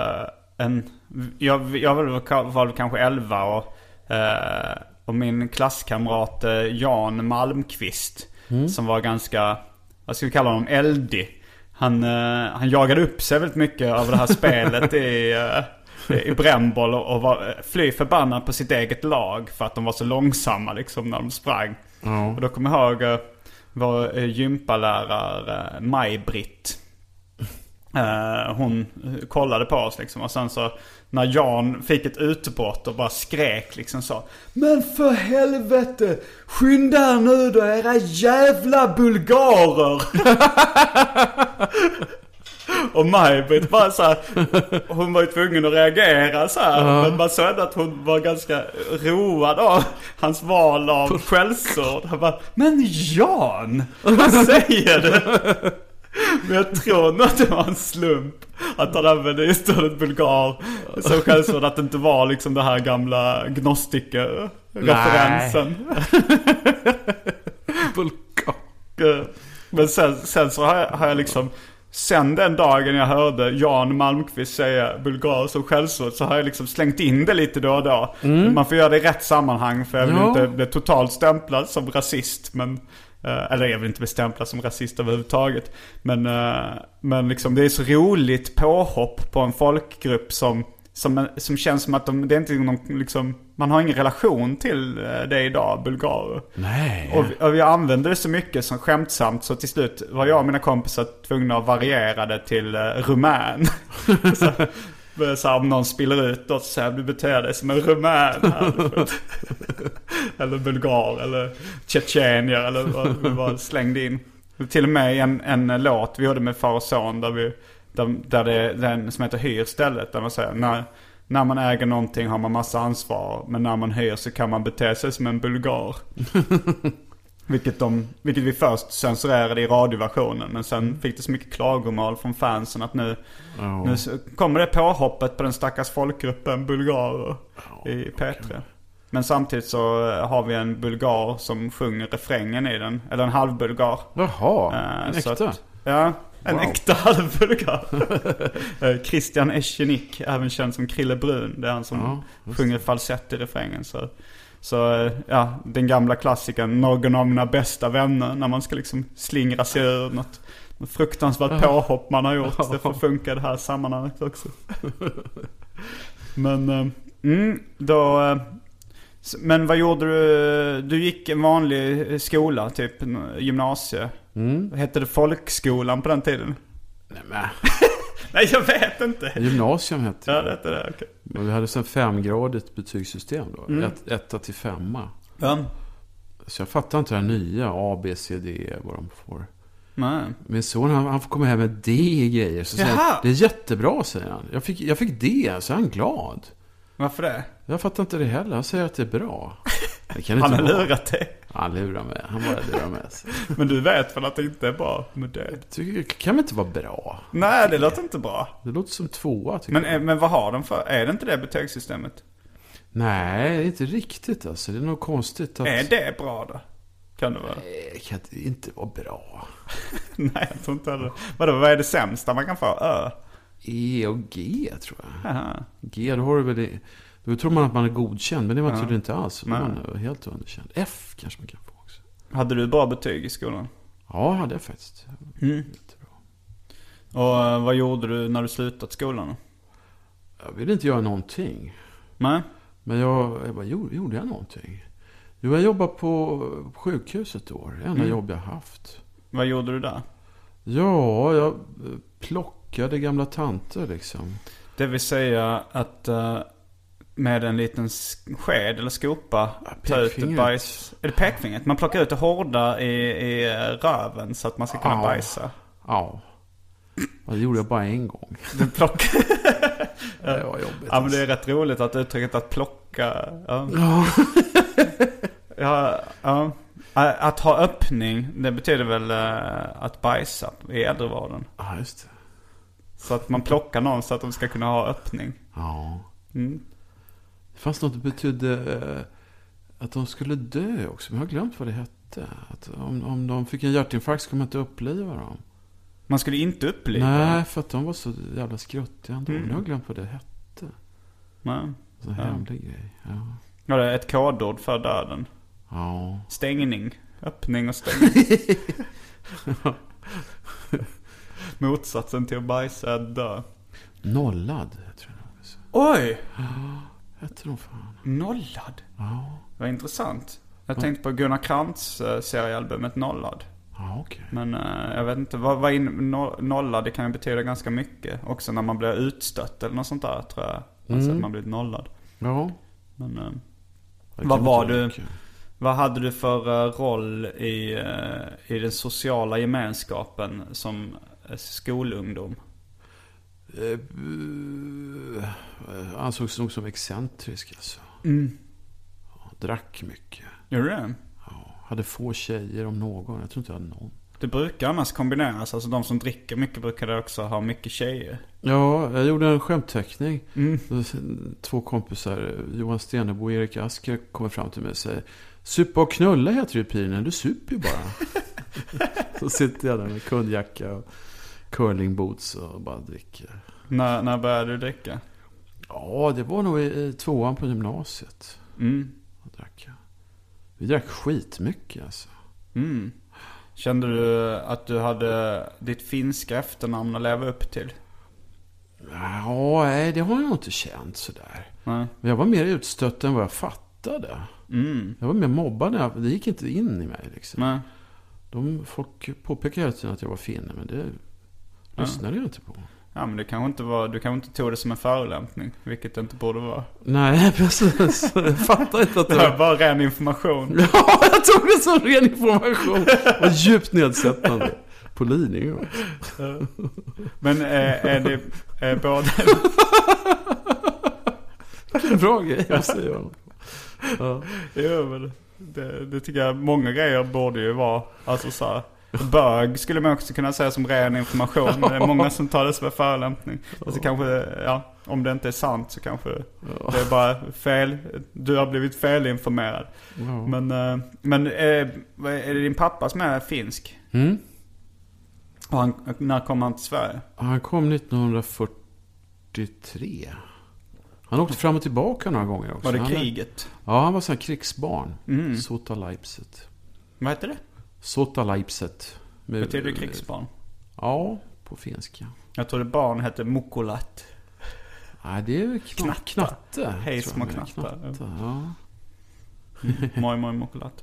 Speaker 4: jag var kanske 11 och min klasskamrat Jan Malmqvist som var ganska, vad ska vi kalla honom, eldig. Han jagade upp sig väldigt mycket av det här spelet i brännboll och var fly förbannad på sitt eget lag för att de var så långsamma liksom när de sprang. Och då kommer jag ihåg vår gympalärare Maj-Britt. Hon kollade på oss liksom, och sen så när Jan fick ett utbrott och bara skrek liksom så: men för helvete, skynda er nu då, era jävla bulgarer. Och Maj-Britt bara så här, hon var ju tvungen att reagera så här, men man såg att hon var ganska road av hans val av skällsord. Han bara: men Jan, vad säger du? Men jag tror nog att det var en slump att han använde istället bulgar som skällsord, att det inte var liksom det här gamla gnostiker-referensen.
Speaker 3: Bulgar.
Speaker 4: Men sen så har jag liksom, sen den dagen jag hörde Jan Malmqvist säga bulgar som skällsord, så har jag liksom slängt in det lite då och då. Man får göra det i rätt sammanhang, för jag vill inte bli totalt stämplad som rasist, men eller jag vill inte bli stämplad som rasist överhuvudtaget. Men liksom det är så roligt påhopp på en folkgrupp som känns som att det är inte någon liksom man har ingen relation till det idag, bulgarer.
Speaker 3: Nej.
Speaker 4: Och vi använde det så mycket som skämtsamt så till slut var jag och mina kompisar tvungna att variera det till rumän. Så om någon spiller ut då så här, du beter dig som en rumän här. Eller bulgar eller tjetjenier eller vad vi var slängde in. Till och med en låt vi gjorde med far och son där det är den som heter Hyr stället. Där man säger när man äger någonting har man massa ansvar. Men när man hyr så kan man bete sig som en bulgar. Vilket vi först censurerade i radioversionen. Men sen fick det så mycket klagomål från fansen att nu kommer det påhoppet på den stackars folkgruppen bulgarer i P3. Okay. Men samtidigt så har vi en bulgar som sjunger refrängen i den. Eller en halvbulgar.
Speaker 3: Jaha, en äkta?
Speaker 4: En äkta halvbulgar. Christian Eschenik, även känd som Krille Brun. Det är han som sjunger falsett i refrängen. Så den gamla klassikern, någon av mina bästa vänner, när man ska liksom slingra sig ur något fruktansvärt påhopp man har gjort. Det får funka det här sammanhanget också. Men men vad gjorde du? Du gick en vanlig skola, typ gymnasie. Hette det folkskolan på den tiden? Nej, jag vet inte.
Speaker 3: Gymnasium hette det.
Speaker 4: Ja, det hette det, okej.
Speaker 3: Vi hade så 5-gradigt betygssystem då. 1-5.
Speaker 4: Ja.
Speaker 3: Så jag fattar inte det här nya A, B, C, D, vad de får.
Speaker 4: Nej.
Speaker 3: Min son han får komma hem med D i grejer. Så säger, det är jättebra, säger han. Jag fick D, så är han glad.
Speaker 4: Varför det?
Speaker 3: Jag fattar inte det heller. Han säger att det är bra. Det kan
Speaker 4: han
Speaker 3: inte
Speaker 4: har
Speaker 3: vara.
Speaker 4: lurat dig.
Speaker 3: Han lurar mig. Han bara lurar mig.
Speaker 4: Men du vet väl att det inte är bra med det?
Speaker 3: Det kan väl inte vara bra?
Speaker 4: Nej, det låter inte bra.
Speaker 3: Det låter som 2, tycker jag.
Speaker 4: Men vad har de för? Är det inte det betygssystemet?
Speaker 3: Nej, inte riktigt alltså. Det är nog konstigt att...
Speaker 4: Är det bra då? Kan det vara?
Speaker 3: Nej, det kan inte vara bra.
Speaker 4: Nej, jag tror inte det. Vad är det sämsta man kan få?
Speaker 3: E och G, tror jag.
Speaker 4: Aha.
Speaker 3: G, då har du väl det... Då tror man att man är godkänd, men det var tydligen inte alls. Man är helt underkänd. F kanske man kan få också.
Speaker 4: Hade du bra betyg i skolan?
Speaker 3: Ja, hade jag faktiskt. Jättebra.
Speaker 4: Och vad gjorde du när du slutat skolan?
Speaker 3: Jag ville inte göra någonting.
Speaker 4: Nej.
Speaker 3: Men jag bara, gjorde jag någonting? Jo, jag jobbade på sjukhuset då. Det enda jobb jag haft.
Speaker 4: Vad gjorde du där?
Speaker 3: Ja, jag plockade gamla tanter liksom.
Speaker 4: Det vill säga att... med en liten sked eller skopa ta ut ett bajs. Är det pekfingret? Man plockar ut det hårda i röven så att man ska kunna bajsa.
Speaker 3: Ja. Det gjorde jag bara en gång.
Speaker 4: Du plockar.
Speaker 3: Det var jobbigt.
Speaker 4: Ja, men det är rätt roligt att uttrycket att plocka. Att ha öppning, det betyder väl att bajsa i äldrevården.
Speaker 3: Ja, just det.
Speaker 4: Så att man plockar någon så att de ska kunna ha öppning.
Speaker 3: Ja. Det fanns något som betydde att de skulle dö också. Men jag har glömt vad det hette. Att om de fick en hjärtinfarkt skulle man inte uppliva dem.
Speaker 4: Man skulle inte uppliva?
Speaker 3: Nej, för att de var så jävla skruttiga ändå. Men jag har glömt vad det hette.
Speaker 4: Nej.
Speaker 3: Så hemlig grej.
Speaker 4: Ja, det är ett kodord för döden.
Speaker 3: Ja.
Speaker 4: Stängning. Öppning och stängning. Motsatsen till att bajsa är dö.
Speaker 3: Nollad, tror jag.
Speaker 4: Oj!
Speaker 3: Hette de fan.
Speaker 4: Nollad?
Speaker 3: Ja.
Speaker 4: Vad intressant. Jag tänkte på Gunnar Krantz seriealbumet Nollad.
Speaker 3: Ja, okej.
Speaker 4: Men jag vet inte, vad nollad, det kan ju betyda ganska mycket. Också när man blir utstött eller något sånt där, tror jag. Alltså att man blir nollad.
Speaker 3: Ja.
Speaker 4: Men vad var du... Vad hade du för roll i den sociala gemenskapen som skolungdom?
Speaker 3: Ansågs nog som excentrisk alltså. Drack mycket.
Speaker 4: Gjorde det?
Speaker 3: Ja, hade få tjejer om någon. Jag tror inte jag hade någon.
Speaker 4: Det brukar annars kombineras. Alltså de som dricker mycket brukar också ha mycket tjejer.
Speaker 3: Ja, jag gjorde en skämtteckning. 2 kompisar, Johan Stenebo och Erik Asker, kommer fram till mig och säger: supa och knulla heter det i piren. Du super ju bara. Så sitter jag där med kundjacka och curlingboots och bara dricker.
Speaker 4: När började du dricka?
Speaker 3: Ja, det var nog i 2:an på gymnasiet. Vi drack skitmycket alltså.
Speaker 4: Kände du att du hade ditt finska efternamn att leva upp till?
Speaker 3: Ja, nej, det har jag nog inte känt sådär. Men jag var mer utstött än vad jag fattade. Jag var mer mobbad. Det gick inte in i mig liksom. Folk påpekade hela tiden att jag var finne, men det lyssnade jag inte på.
Speaker 4: Ja, men det kanske inte var, du kanske inte tog det som en förolämpning, vilket det inte borde vara.
Speaker 3: Nej, precis. Jag fattar inte att
Speaker 4: det var bara ren information.
Speaker 3: Ja, jag tog det som ren information. Och djupt nedsättande. På Lidingö.
Speaker 4: Men är det både...
Speaker 3: Vilken bra grej att säga. Ja.
Speaker 4: Ja, men det tycker jag, många grejer borde ju vara, alltså så här, bög skulle man också kunna säga som ren information. Det är många som tar det som en förolämpning. Alltså kanske, ja, om det inte är sant så kanske det är bara fel. Du har blivit felinformerad. Men är det din pappa som är finsk? Och när kom han till Sverige?
Speaker 3: Han kom 1943. Han åkte fram och tillbaka några gånger också.
Speaker 4: Var det kriget?
Speaker 3: Ja, han var sån här krigsbarn. Sota Leipzet.
Speaker 4: Vad heter det?
Speaker 3: Sota Leipzet.
Speaker 4: Betyder det krigsbarn?
Speaker 3: Ja, på finska.
Speaker 4: Jag tror det barn heter Mukulat.
Speaker 3: Nej, det är knatte.
Speaker 4: Hej små knattar.
Speaker 3: Ja.
Speaker 4: Moj Mukulat.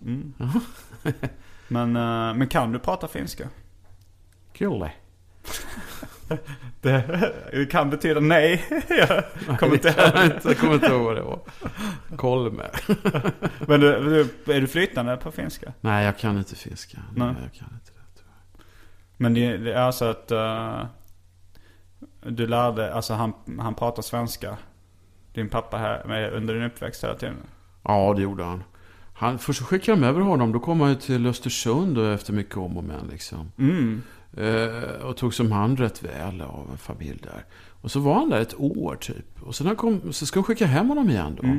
Speaker 4: Men kan du prata finska?
Speaker 3: Kulle.
Speaker 4: Det kan betyda nej. Jag kommer inte
Speaker 3: ihåg vad det var. Kolme.
Speaker 4: Men är du flytande på finska?
Speaker 3: Nej, jag kan inte finska. Nej, jag kan inte det.
Speaker 4: Men det är alltså att du lärde, alltså han pratar svenska, din pappa här under din uppväxt hela tiden?
Speaker 3: Ja, det gjorde han. Först så skickade de över honom. Då kom han ju till Östersund efter mycket om och men liksom. Och tog som hand rätt väl av en familj där. Och så var han där ett år typ. Och sen så ska de skicka hem honom igen då.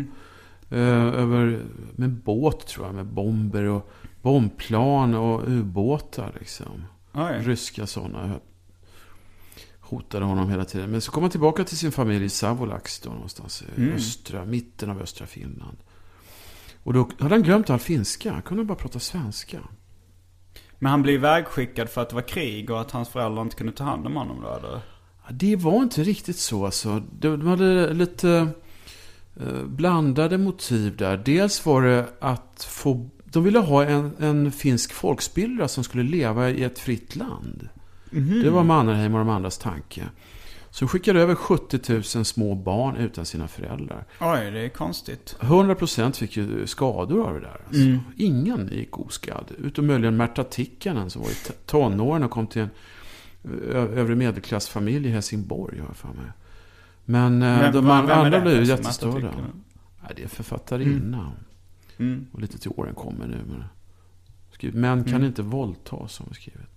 Speaker 3: Med båt tror jag. Med bomber och bombplan och ubåtar liksom. Ryska sådana hotade honom hela tiden. Men så kom han tillbaka till sin familj i Savolax då någonstans i mitten av östra Finland. Och då hade han glömt all finska. Han kunde bara prata svenska.
Speaker 4: Men han blev vägskickad för att det var krig och att hans föräldrar inte kunde ta hand om honom då, eller?
Speaker 3: Ja, det var inte riktigt så alltså. De hade lite blandade motiv där. Dels var det att de ville ha en finsk folkspillra som skulle leva i ett fritt land. Det var Mannerheim och de andras tanke. Så skickade över 70 000 små barn utan sina föräldrar.
Speaker 4: Oj, det är konstigt.
Speaker 3: 100% fick ju skador av det där. Alltså. Ingen gick oskadd. Utom möjligen Märta Tikkanen som var i tonåren och kom till en övre medelklassfamilj i Helsingborg. För mig. Men de andra blev ju jättestora. Ja, det är författarinna. Och lite till åren kommer nu. Män kan inte våldta som vi skrivit.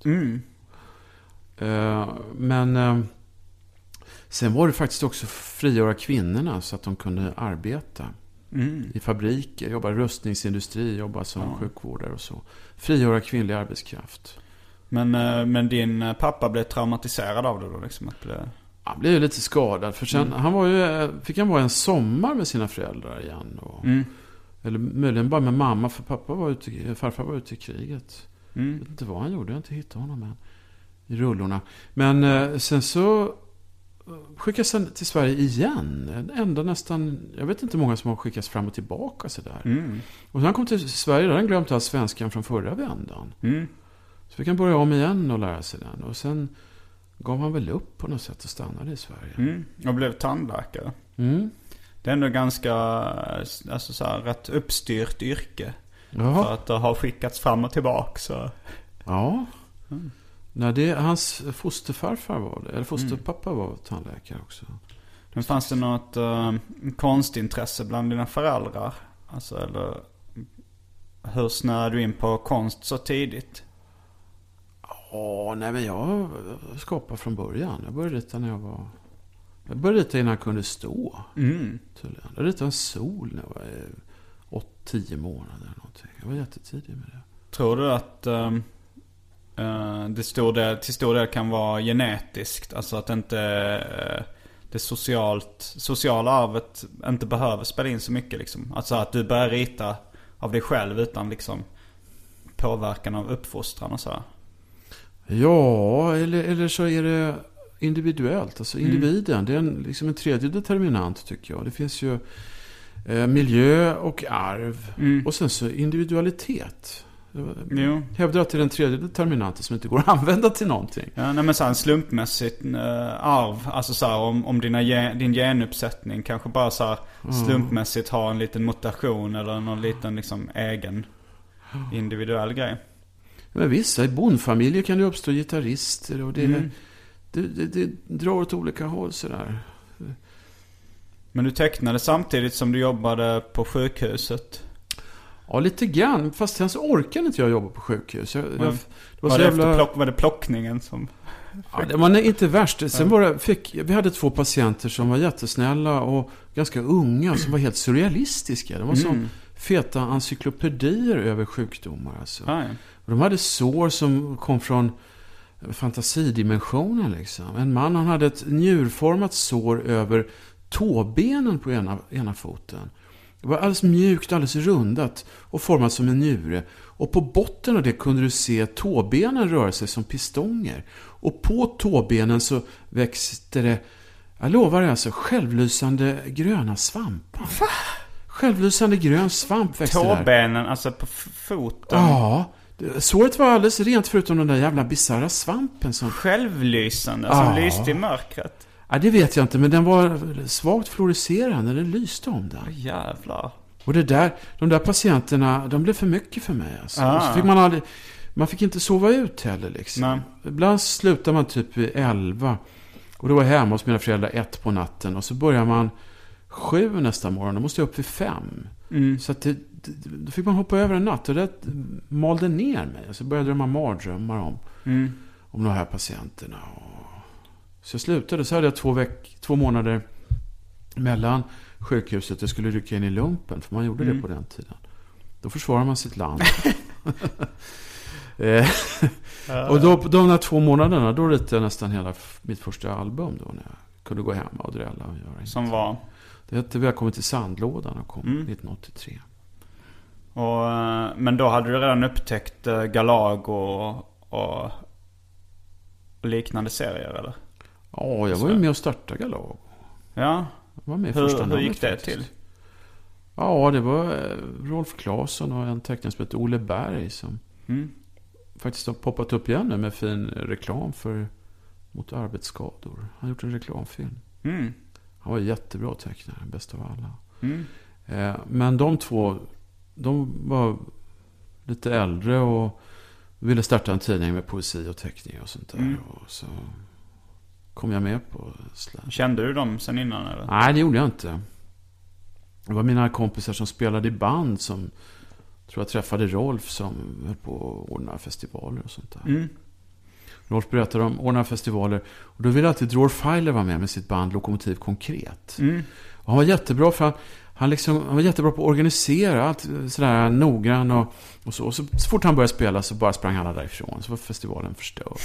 Speaker 3: Men sen var det faktiskt också frigöra kvinnorna så att de kunde arbeta i fabriker, jobba i rustningsindustri, jobba som sjukvårdare och så. Frigöra kvinnlig arbetskraft.
Speaker 4: Men din pappa blev traumatiserad av det då liksom?
Speaker 3: Han blev ju lite skadad. För sen fick han vara en sommar med sina föräldrar igen. Eller möjligen bara med mamma. För farfar var ute i kriget. Jag vet inte vad han gjorde. Jag har inte hittat honom än. I rullorna. Men sen så skickas han till Sverige igen. Ända nästan, jag vet inte hur många som har skickats fram och tillbaka sådär. Och sen han kom till Sverige, då hade han glömt all svenskan från förra vändan. Så fick han börja om igen och lära sig den. Och sen gav han väl upp på något sätt och stannade i Sverige.
Speaker 4: Och blev tandläkare. Det är ändå ganska, alltså så här, rätt uppstyrt yrke. För att det har skickats fram och tillbaka. Så.
Speaker 3: Ja. Nej, hans fosterfarfar var det. Eller fosterpappa var tandläkare också.
Speaker 4: Men fanns det något konstintresse bland dina föräldrar? Alltså, eller hur snöade du in på konst så tidigt?
Speaker 3: Nej, men jag skapade från början. Jag började rita innan jag kunde stå. Jag ritade en sol när jag var 8-10 månader eller någonting. Jag var jättetidig med det.
Speaker 4: Tror du att till stor del kan vara genetiskt? Alltså att inte det sociala arvet inte behöver spela in så mycket liksom. Alltså att du börjar rita av dig själv utan liksom påverkan av uppfostran och så.
Speaker 3: Ja, eller så är det individuellt. Alltså individen, det är liksom en tredje determinant tycker jag. Det finns ju miljö och arv. Och sen så individualitet. Jag hävdar att det är den tredje determinanten som inte går att använda till någonting.
Speaker 4: Ja, men så här, slumpmässigt arv. Alltså så här, om din genuppsättning kanske bara så här, slumpmässigt har en liten mutation eller någon liten liksom egen individuell grej.
Speaker 3: Men vissa i bondfamiljer kan det uppstå gitarrister och det drar åt olika håll sådär.
Speaker 4: Men du tecknade samtidigt som du jobbade på sjukhuset?
Speaker 3: Ja, lite grann. Fast sen så orkade inte jag jobba på sjukhus.
Speaker 4: Var det plockningen som...
Speaker 3: Ja, det var inte värst. Sen vi hade 2 patienter som var jättesnälla och ganska unga som var helt surrealistiska. De var som feta encyklopedier över sjukdomar. Alltså. Och de hade sår som kom från fantasidimensionen. Liksom. En man, han hade ett njurformat sår över tåbenen på ena foten. Det var alldeles mjukt, alldeles rundat och format som en njure. Och på botten av det kunde du se tåbenen röra sig som pistonger. Och på tåbenen så växte det, jag lovar det alltså, självlysande gröna svampar. Va? Självlysande grön svamp växte där.
Speaker 4: Tåbenen, alltså på foten?
Speaker 3: Ja, såret var alldeles rent förutom den där jävla bizarra svampen som...
Speaker 4: Självlysande, som lyste i mörkret?
Speaker 3: Ja, det vet jag inte, men den var svagt fluorescerande. Den lyste om den.
Speaker 4: Jävlar.
Speaker 3: Och de där patienterna, de blev för mycket för mig. Alltså. Och så fick man fick inte sova ut heller. Liksom.
Speaker 4: Nej.
Speaker 3: Ibland slutar man typ vid 11. Och då var jag hemma hos mina föräldrar 1 på natten. Och så börjar man 7 nästa morgon. Då måste jag upp vid 5. Så att då fick man hoppa över en natt. Och det malde ner mig. Så började jag drömma mardrömmar om de här patienterna. Så jag slutade, så hade jag 2 månader mellan sjukhuset. Jag skulle rycka in i lumpen, för man gjorde det på den tiden. Då försvarar man sitt land. Och då, de här 2 månaderna, då ritade jag nästan hela mitt första album då, när jag kunde gå hemma och drälla och göra.
Speaker 4: Som var?
Speaker 3: Det hette Välkommen till Sandlådan och kom 1983.
Speaker 4: Men då hade du redan upptäckt Galago och liknande serier, eller?
Speaker 3: Ja, jag var ju med och startade Galago.
Speaker 4: Ja.
Speaker 3: Jag var med
Speaker 4: hur gick det till?
Speaker 3: Ja, det var Rolf Claesson och en tecknare som heter Olle Berg som faktiskt har poppat upp igen nu med fin reklam mot arbetsskador. Han har gjort en reklamfilm. Han var jättebra tecknare, bäst av alla. Men de 2, de var lite äldre och ville starta en tidning med poesi och teckning och sånt där. Och så kom jag med på Slam.
Speaker 4: Kände du dem sen innan, eller?
Speaker 3: Nej, det gjorde jag inte. Det var mina kompisar som spelade i band som tror jag träffade Rolf som höll på att ordna festivaler och sånt där. Rolf berättade om ordna festivaler och då ville alltid Dror Feiler vara med sitt band Lokomotiv Konkret. Och han var jättebra för han var jättebra på att organisera allt sådär noggrann och så. Och så fort han började spela så bara sprang alla därifrån. Så var festivalen förstörd.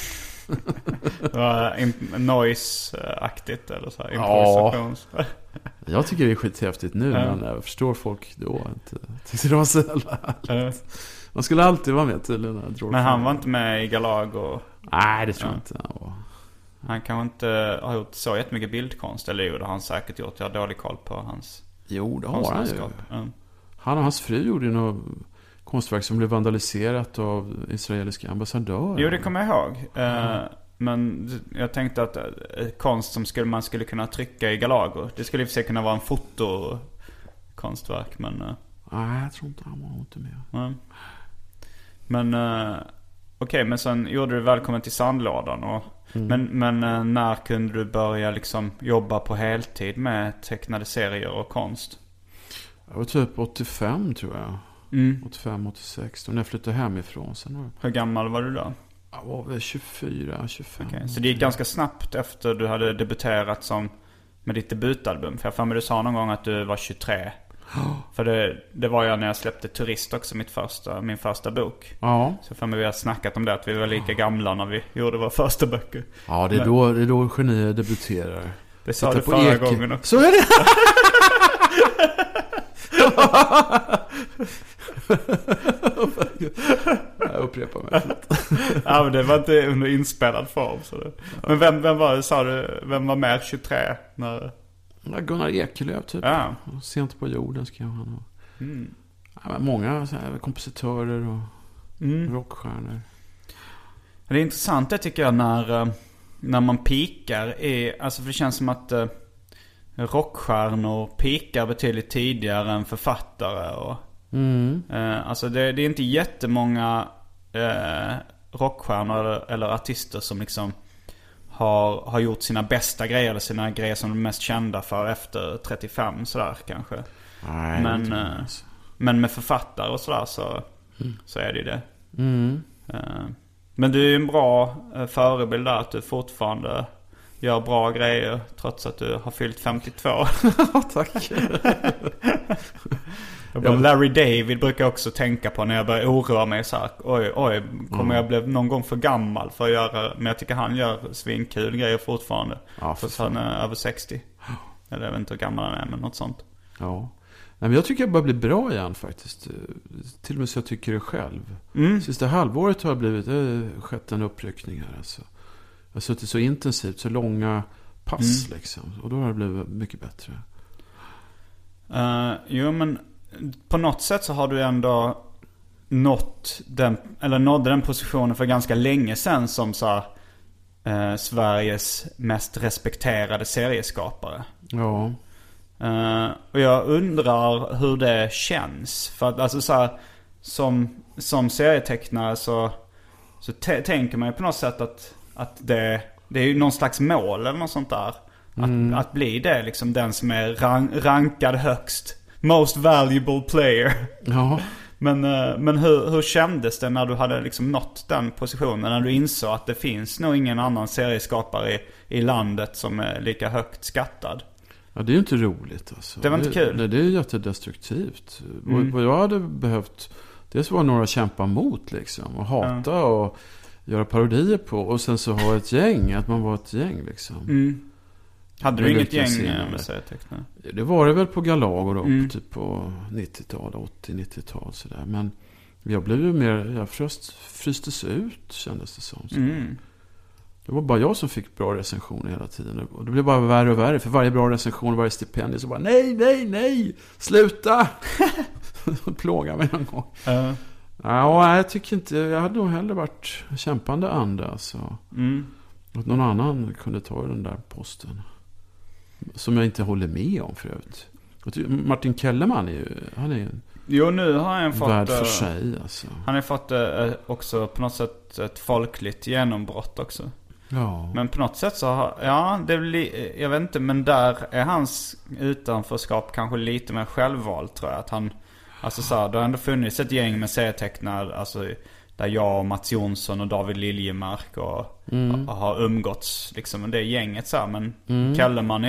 Speaker 4: Noise-aktigt eller så här, improvisations.
Speaker 3: Ja, jag tycker det är skithäftigt nu, men jag förstår folk då inte. Tyckte det var så jävla man skulle alltid vara med tydligen.
Speaker 4: Men han var inte med i Galago?
Speaker 3: Nej, det tror jag inte.
Speaker 4: Han kanske inte har gjort så jättemycket bildkonst, eller jo, det har han säkert gjort. Jag har dålig koll på hans.
Speaker 3: Jo, det har han ju. Han och hans fru gjorde ju något konstverk som blev vandaliserat av israeliska ambassadörer.
Speaker 4: Jo, det kommer jag ihåg. Men jag tänkte att konst som man skulle kunna trycka i Galago, det skulle i och för sig kunna vara en fotokonstverk, men...
Speaker 3: Nej, jag tror inte han var inte med.
Speaker 4: Men okej, men sen gjorde du Välkommen till Sandlådan. Men när kunde du börja liksom jobba på heltid med tecknade serier och konst?
Speaker 3: Jag var typ 85 tror jag. 85-86, då när jag flyttade hemifrån.
Speaker 4: Hur gammal var du då?
Speaker 3: Jag var väl 24-25.
Speaker 4: Okay. Så det gick ganska snabbt efter du hade debuterat med ditt debutalbum. För jag fann mig du sa någon gång att du var 23. För det var jag när jag släppte Turist också, min första bok.
Speaker 3: Ja.
Speaker 4: Så för mig vi har snackat om det, att vi var lika gamla när vi gjorde våra första böcker.
Speaker 3: Ja, det är då genier debuterar.
Speaker 4: Det sa du förra gången också.
Speaker 3: Så är det. Jag upprepar mig.
Speaker 4: Ja, men det var inte under inspelad form. Så det. Men vem var det, sa du? Vem var med 23?
Speaker 3: Gunnar Ekelöf typ.
Speaker 4: Ja.
Speaker 3: Sent på jorden skrev han. Ja, många så här, kompositörer och rockstjärnor.
Speaker 4: Det är intressant det tycker jag när man pikar. Alltså för det känns som att rockstjärnor pikar betydligt tidigare än författare. Och, alltså det är inte jättemånga rockstjärnor eller artister som liksom har gjort sina bästa grejer eller sina grejer som de är mest kända för efter 35 sådär kanske.
Speaker 3: Nej,
Speaker 4: men med författare och sådär så är det ju det. Men du är en bra förebild där, att du fortfarande gör bra grejer trots att du har fyllt 52.
Speaker 3: Tack.
Speaker 4: Larry David brukar också tänka på när jag börjar oroa mig så här. Oj, kommer jag bli någon gång för gammal för att göra. Men jag tycker han gör svinkul grejer fortfarande.
Speaker 3: Ja,
Speaker 4: fast han är över 60. Eller jag vet inte hur gammal han är, men något sånt.
Speaker 3: Ja. Nej, men jag tycker jag bara blir bra igen faktiskt. Till och med så jag tycker det själv. Sista halvåret har det skett en uppryckning här alltså. Jag har suttit så intensivt, så långa pass liksom. Och då har det blivit mycket bättre.
Speaker 4: Jo, men på något sätt så har du ändå nådde den positionen för ganska länge sedan som så Sveriges mest respekterade serieskapare.
Speaker 3: Ja.
Speaker 4: Och jag undrar hur det känns. För att alltså så här, som serietecknare så tänker man ju på något sätt att det är ju någon slags mål eller något sånt där. Att bli det liksom den som är rankad högst. Most valuable player.
Speaker 3: Ja.
Speaker 4: Men hur kändes det när du hade liksom nått den positionen? När du insåg att det finns nog ingen annan serieskapare i landet som är lika högt skattad?
Speaker 3: Ja, det är ju inte roligt alltså.
Speaker 4: Det var inte kul.
Speaker 3: Nej, det är jättedestruktivt. Vad jag hade behövt, dels var några kämpa mot liksom. Och hata och göra parodier på. Och sen så ha ett gäng, att man var ett gäng liksom.
Speaker 4: Hade du inget gäng med serietecknare?
Speaker 3: Det var det väl på Galago då, typ på 90-tal, 80-90-tal sådär. Men jag blev ju mer, jag frystes ut kändes det som. Det var bara jag som fick bra recensioner hela tiden. Och det blev bara värre och värre. För varje bra recension, varje stipendium så bara nej, sluta! Plåga mig någon gång. Ja, jag tycker inte, jag hade nog hellre varit kämpande ande alltså. Att någon annan kunde ta den där posten. Som jag inte håller med om förut. Martin Kellerman han är ju
Speaker 4: jo, nu har han fått
Speaker 3: värd för sig alltså.
Speaker 4: Han har fått också på något sätt ett folkligt genombrott också.
Speaker 3: Ja.
Speaker 4: Men på något sätt så jag vet inte, men där är hans utanförskap kanske lite mer självvalt tror jag. Att han, alltså så här, det har ändå funnits ett gäng med serietecknare, alltså där jag och Mats Jonsson och David Liljemark och har umgåtts liksom det gänget så här. Men Kellerman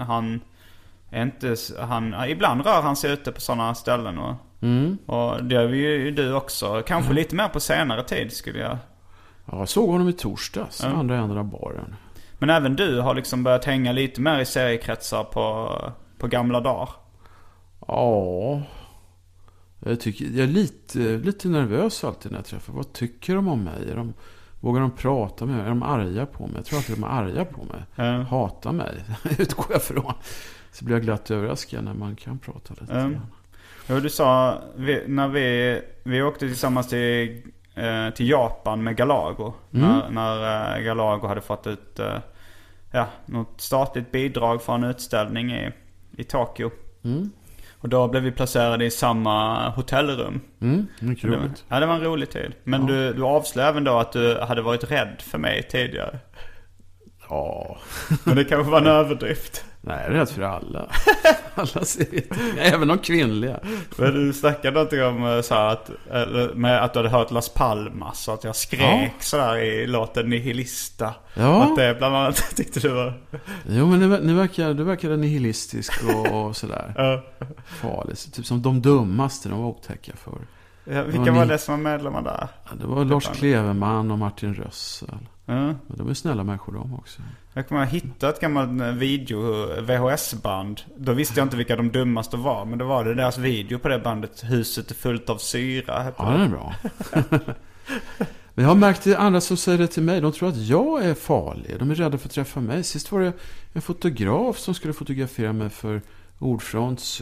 Speaker 4: ibland rör han sig ute på sådana ställen och det är ju du också. Kanske lite mer på senare tid skulle jag.
Speaker 3: Ja, jag såg honom i torsdags, andra änden av baren.
Speaker 4: Men även du har liksom börjat hänga lite mer i seriekretsar på gamla dagar.
Speaker 3: Ja. Jag är lite nervös alltid när jag träffar. Vad tycker de om mig? Vågar de prata med mig? Är de arga på mig? Jag tror att de är arga på mig. Hatar mig. Utgår jag från. Så blir jag glatt överraskad när man kan prata lite.
Speaker 4: Ja, du sa när vi åkte tillsammans till Japan med Galago. När Galago hade fått ett något statligt bidrag för en utställning i Tokyo. Och då blev vi placerade i samma hotellrum.
Speaker 3: Mycket roligt.
Speaker 4: Ja, det var en rolig tid. Men du avslöjade även då att du hade varit rädd för mig tidigare.
Speaker 3: Ja.
Speaker 4: Men det kanske var en överdrift.
Speaker 3: Nej, jag är rädd för alla. Alla serier. Även de kvinnliga.
Speaker 4: Men du snackade någonting om så här att du hade hört Las Palmas. Så att jag skrek sådär i låten Nihilista.
Speaker 3: Ja.
Speaker 4: Att det bland annat tyckte du var...
Speaker 3: Jo, men du verkar nihilistisk och sådär. Farligt. Typ som de dummaste, de var otäcka för.
Speaker 4: Ja, vilka var det som var medlemmar där?
Speaker 3: Ja, det var Lars Kleveman och Martin Rössel. De är snälla människor de också.
Speaker 4: Jag kommer att hitta ett gammalt VHS-band. Då visste jag inte vilka de dummaste var. Men då var det deras video på det bandet. Huset är fullt av syra.
Speaker 3: Ja, det är bra. Men jag har märkt det andra som säger det till mig. De tror att jag är farlig. De är rädda för att träffa mig. Sist var det en fotograf som skulle fotografera mig för Ordfronts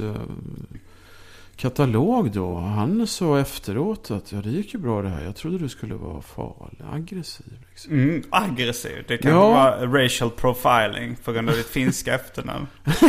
Speaker 3: katalog då. Han sa efteråt att det gick ju bra det här. Jag trodde du skulle vara farlig, aggressiv. Liksom.
Speaker 4: Aggressiv? Det kan vara racial profiling för grund av ditt finska efternamn.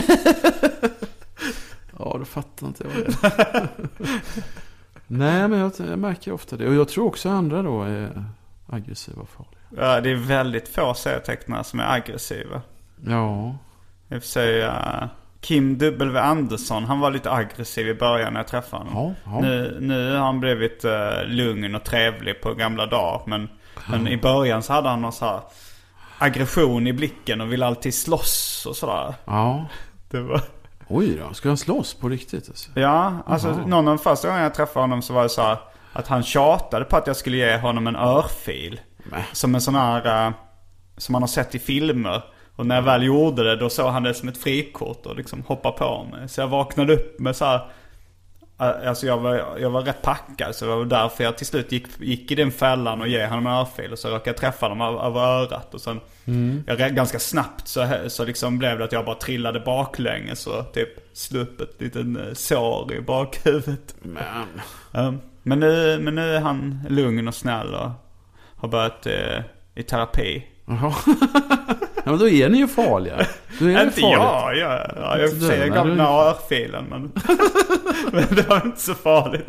Speaker 3: Ja, då fattar inte jag det. Nej, men jag märker ofta det. Och jag tror också andra då är aggressiva och farliga.
Speaker 4: Ja, det är väldigt få serietecknare som är aggressiva.
Speaker 3: Ja.
Speaker 4: Jag får säga Kim W. Andersson, han var lite aggressiv i början när jag träffade honom. Ja. Nu har han blivit lugn och trevlig på gamla dagar. Men i början så hade han någon så här aggression i blicken och ville alltid slåss och sådär.
Speaker 3: Ja.
Speaker 4: Det var...
Speaker 3: Oj då, ska han slåss på riktigt? Alltså?
Speaker 4: Ja, alltså någon av de första gången jag träffade honom så var det så här att han tjatade på att jag skulle ge honom en örfil. Som en sån här som man har sett i filmer. Och när jag väl gjorde det, då såg han det som ett frikort och liksom hoppade på mig. Så jag vaknade upp med så här... Alltså jag var rätt packad, så det var därför jag till slut gick i den fällan och ge honom en örfil. Och så råkade jag träffa honom över örat. Och sen ganska snabbt så liksom blev det att jag bara trillade baklänges och typ slupp ett liten sår i bakhuvudet. Men nu är han lugn och snäll och har börjat i terapi.
Speaker 3: Jaha. Ja, men då är ni ju farliga. Då är
Speaker 4: inte jag. Jag får säga gamla örfilen, men det var inte så farligt.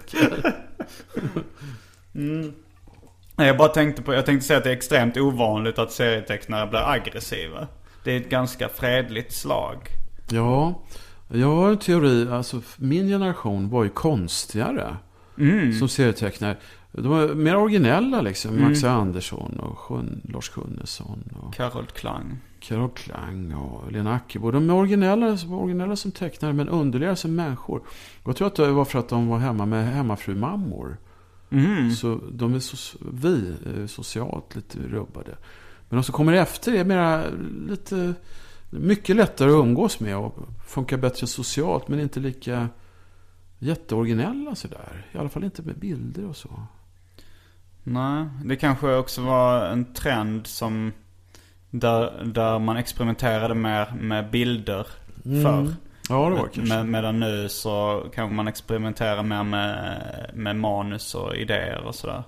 Speaker 4: Jag tänkte säga att det är extremt ovanligt att serietecknare blir aggressiva. Det är ett ganska fredligt slag.
Speaker 3: Ja, jag har en teori. Alltså, min generation var ju konstigare som serietecknare. De var mer originella liksom. Max Andersson och Lars Sjunnesson och
Speaker 4: Carol Klang
Speaker 3: och Lena Ackebo. De är originella som tecknare, men underliga som människor. Jag tror att det var för att de var hemma med hemmafrumammor. Så de är socialt lite rubbade. Men de som kommer efter är mera lite mycket lättare att umgås med och funkar bättre socialt, men inte lika jätteoriginella sådär. I alla fall inte med bilder och så.
Speaker 4: Nej, det kanske också var en trend som där man experimenterade mer med bilder förr.
Speaker 3: Ja, det var kanske.
Speaker 4: Medan nu så kanske man experimenterar mer med manus och idéer och sådär.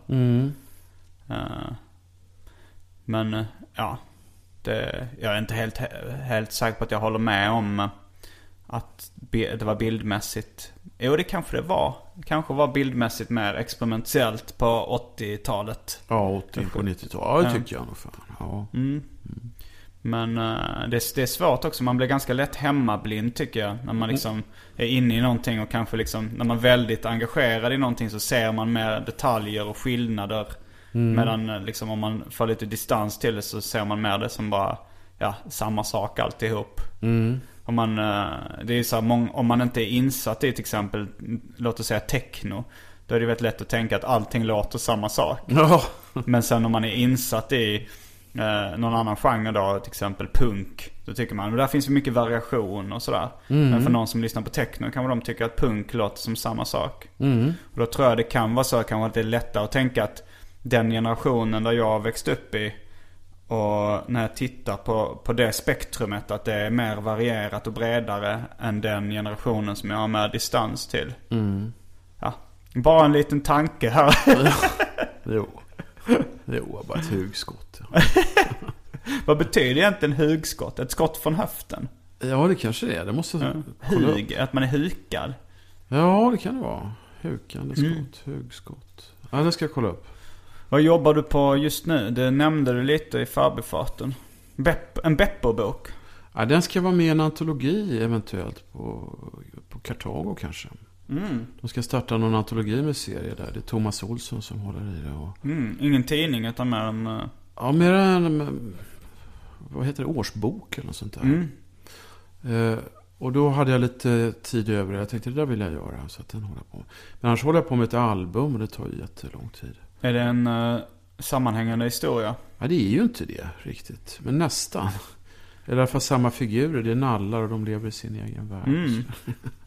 Speaker 4: Men ja, jag är inte helt säker på att jag håller med om att det var bildmässigt. Jo, det kanske det var. Det kanske var bildmässigt mer experimentellt på 80-talet.
Speaker 3: Ja, 80 på 90-talet. Ja, det tycker jag nog fan. Ja.
Speaker 4: Men det är svårt också. Man blir ganska lätt hemmablind, tycker jag. När man liksom är inne i någonting och kanske liksom, när man är väldigt engagerad i någonting, så ser man mer detaljer och skillnader. Medan liksom, om man får lite distans till det, så ser man mer det som bara samma sak alltihop. Det är så här, om man inte är insatt i till exempel, låt oss säga techno, då är det väldigt lätt att tänka att allting låter samma sak. Men sen om man är insatt i någon annan genre då, till exempel punk, då tycker man, men där finns ju mycket variation och sådär. Men för någon som lyssnar på techno kanske de tycker att punk låter som samma sak. Och då tror jag det kan vara så, kanske att det är lättare att tänka att den generationen där jag växt upp i, och när jag tittar på det spektrumet, att det är mer varierat och bredare än den generationen som jag har med distans till. Ja, bara en liten tanke här.
Speaker 3: Jo, bara ett hugskott.
Speaker 4: Vad betyder egentligen hugskott? Ett skott från höften?
Speaker 3: Ja, det kanske det är. Det måste
Speaker 4: hug, att man är hukad.
Speaker 3: Ja, det kan det vara. Hukande skott, hugskott. Ja, det ska jag kolla upp.
Speaker 4: Vad jobbar du på just nu? Det nämnde du lite i förbifarten. En Beppo-bok.
Speaker 3: Ja, den ska vara med i en antologi eventuellt på Kartago kanske. De ska starta någon antologi med serier där. Det är Thomas Olsson som håller i det. Och...
Speaker 4: ingen tidning utan mer en...
Speaker 3: Ja, mer en... Vad heter det? Årsbok eller något sånt där. Och då hade jag lite tid över det. Jag tänkte det där vill jag göra. Så att den håller på. Men annars håller jag på med ett album och det tar ju jättelång tid.
Speaker 4: Är det en sammanhängande historia?
Speaker 3: Ja, det är ju inte det riktigt. Men nästan. Eller i alla fall samma figurer. Det är nallar och de lever i sin egen värld.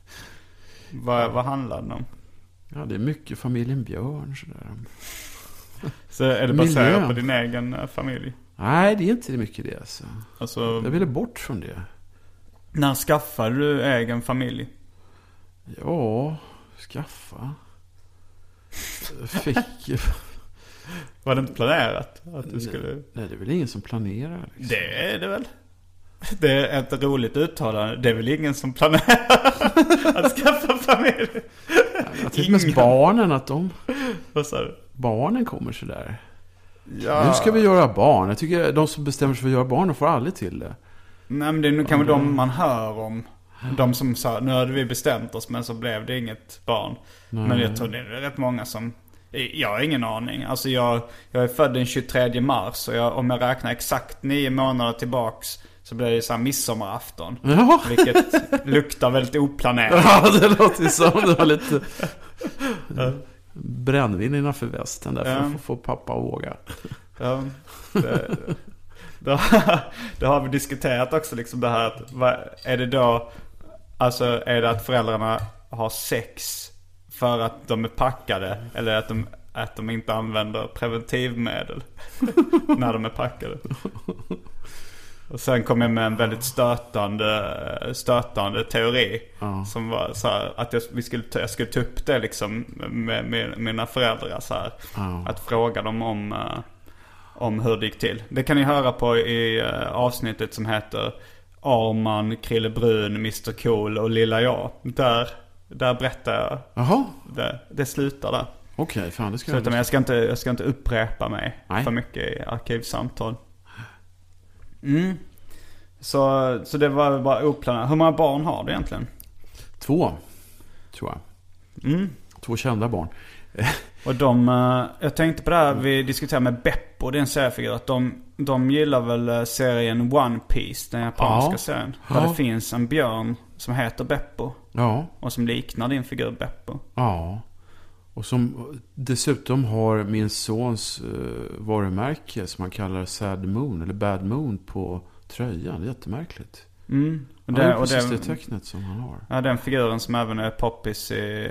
Speaker 4: Vad handlar det om?
Speaker 3: Ja, det är mycket familjen Björn sådär.
Speaker 4: Så är det baserat på din egen familj?
Speaker 3: Nej, det är inte mycket det
Speaker 4: alltså.
Speaker 3: Jag ville bort från det.
Speaker 4: När skaffade du egen familj?
Speaker 3: Ja, skaffa. Fick.
Speaker 4: Var det inte planerat att du skulle...
Speaker 3: Nej, det är väl ingen som planerar. Liksom.
Speaker 4: Det är det väl. Det är ett roligt uttalande. Det är väl ingen som planerar att skaffa familj.
Speaker 3: Jag tycker mest barnen att de...
Speaker 4: Vad sa du?
Speaker 3: Barnen kommer sådär.
Speaker 4: Ja.
Speaker 3: Nu ska vi göra barn. Jag tycker de som bestämmer sig för att göra barn, de får aldrig till det.
Speaker 4: Nej, men det är nu kanske de man hör om. De som sa, nu hade vi bestämt oss men så blev det inget barn. Nej. Men jag tror det är rätt många som... Jag har ingen aning. Alltså jag är född den 23 mars. Och om jag räknar exakt 9 månader tillbaks så blir det så här midsommarafton.
Speaker 3: Ja.
Speaker 4: Vilket luktar väldigt oplanerat.
Speaker 3: Ja, det låter som det var lite brännvin innanför västen. Därför för att få pappa att våga.
Speaker 4: Ja, det har vi diskuterat också liksom det här att, är det då, alltså är det att föräldrarna har sex för att de är packade eller att de inte använder preventivmedel när de är packade? Och sen kom jag med en väldigt stötande teori som var så här, att jag skulle ta upp det liksom med mina föräldrar så här, att fråga dem om hur det gick till. Det kan ni höra på i avsnittet som heter Arman, Krille Brun, Mr. Cool och Lilla jag. Där berättar jag.
Speaker 3: Jaha.
Speaker 4: Det slutar där.
Speaker 3: Okej, fan det ska
Speaker 4: jag. Men jag ska inte upprepa mig för mycket i arkivsamtal. Så det var bara oplanerat. Hur många barn har du egentligen?
Speaker 3: 2, tror jag. 2 kända barn.
Speaker 4: Och jag tänkte på det här vi diskuterade med Beppo. Det är en seriefigur att de gillar väl serien One Piece, den japanska serien. Där det finns en björn som heter Beppo. Ja. Och som liknar din figur Beppo. Ja.
Speaker 3: Och som dessutom har min sons varumärke som man kallar Sad Moon eller Bad Moon på tröjan. Det är jättemärkligt.
Speaker 4: Och det är
Speaker 3: precis det tecknet som han har.
Speaker 4: Ja, den figuren som även är poppis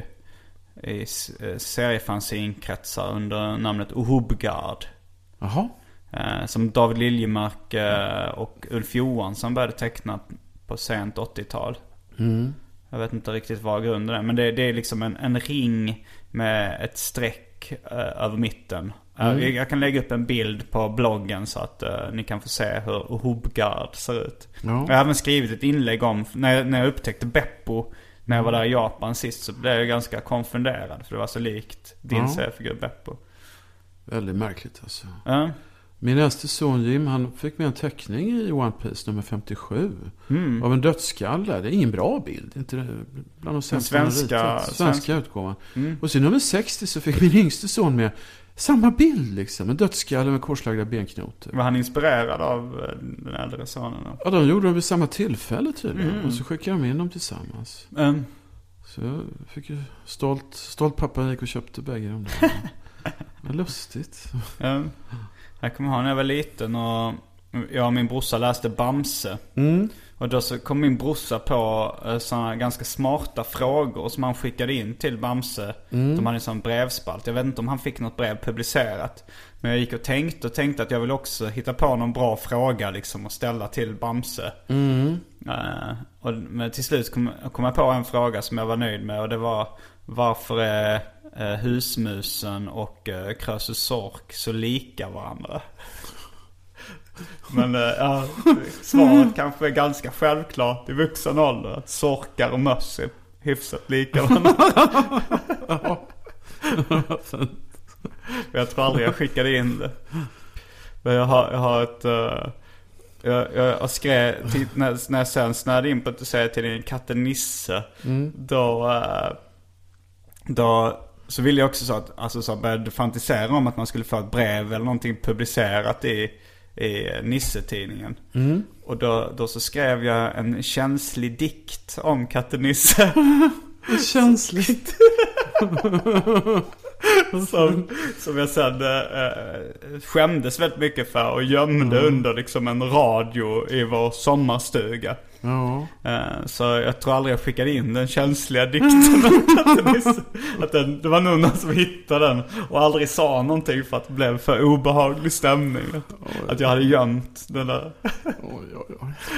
Speaker 4: i seriefanzinkretsar under namnet Ohubgard.
Speaker 3: Jaha.
Speaker 4: Som David Liljemark och Ulf Johansson började teckna på sent 80-tal. Jag vet inte riktigt vad grunden är. Men det är liksom en ring med ett streck över mitten. Jag kan lägga upp en bild på bloggen så att ni kan få se hur Ohubgard ser ut. Jag har även skrivit ett inlägg om när jag upptäckte Beppo. När jag var där i Japan sist så blev jag ganska konfunderad. För det var så likt din seriefigur Beppo.
Speaker 3: Väldigt märkligt alltså. Min äldste son Jim, han fick med en teckning i One Piece nummer 57 av en dödsskalle. Det är ingen bra bild. Inte bland de sämsta svenska utgåvan. Och sen nummer 60 så fick min yngste son med samma bild liksom. En dödsskalle med korslagda benknotor.
Speaker 4: Var han inspirerad av den äldre sonen?
Speaker 3: Ja, de gjorde det vid samma tillfälle tydligen. Och så skickade de in dem tillsammans. Så jag fick ju stolt pappa gick och köpte bägge de där. Men lustigt.
Speaker 4: Jag kommer ihåg när jag var liten och jag och min brorsa läste Bamse. Och då så kom min brorsa på sådana ganska smarta frågor som han skickade in till Bamse. De hade en sån brevspalt. Jag vet inte om han fick något brev publicerat. Men jag gick och tänkte att jag vill också hitta på någon bra fråga liksom och ställa till Bamse. Men till slut kom jag på en fråga som jag var nöjd med. Och det var: varför är husmusen och Krösus Sork så lika varandra? Men svaret kanske är ganska självklart i vuxen ålder att sorkar och möss är hyfsat lika varandra. Jag tror aldrig jag skickade in det. Men jag har ett jag skrev när jag sen snärde in på att du säger till din katten Nisse. Då så ville jag också så började fantisera om att man skulle få ett brev eller någonting publicerat i Nisse-tidningen. Och då så skrev jag en känslig dikt om katten Nisse.
Speaker 3: Känsligt.
Speaker 4: som jag sen skämdes väldigt mycket för och gömde under liksom en radio i vår sommarstuga.
Speaker 3: Ja.
Speaker 4: Så jag tror aldrig jag skickade in den känsliga dikten. Det var nog någon som hittade den och aldrig sa någonting för att det blev för obehaglig stämning. Att jag hade gömt den där.
Speaker 3: Oj.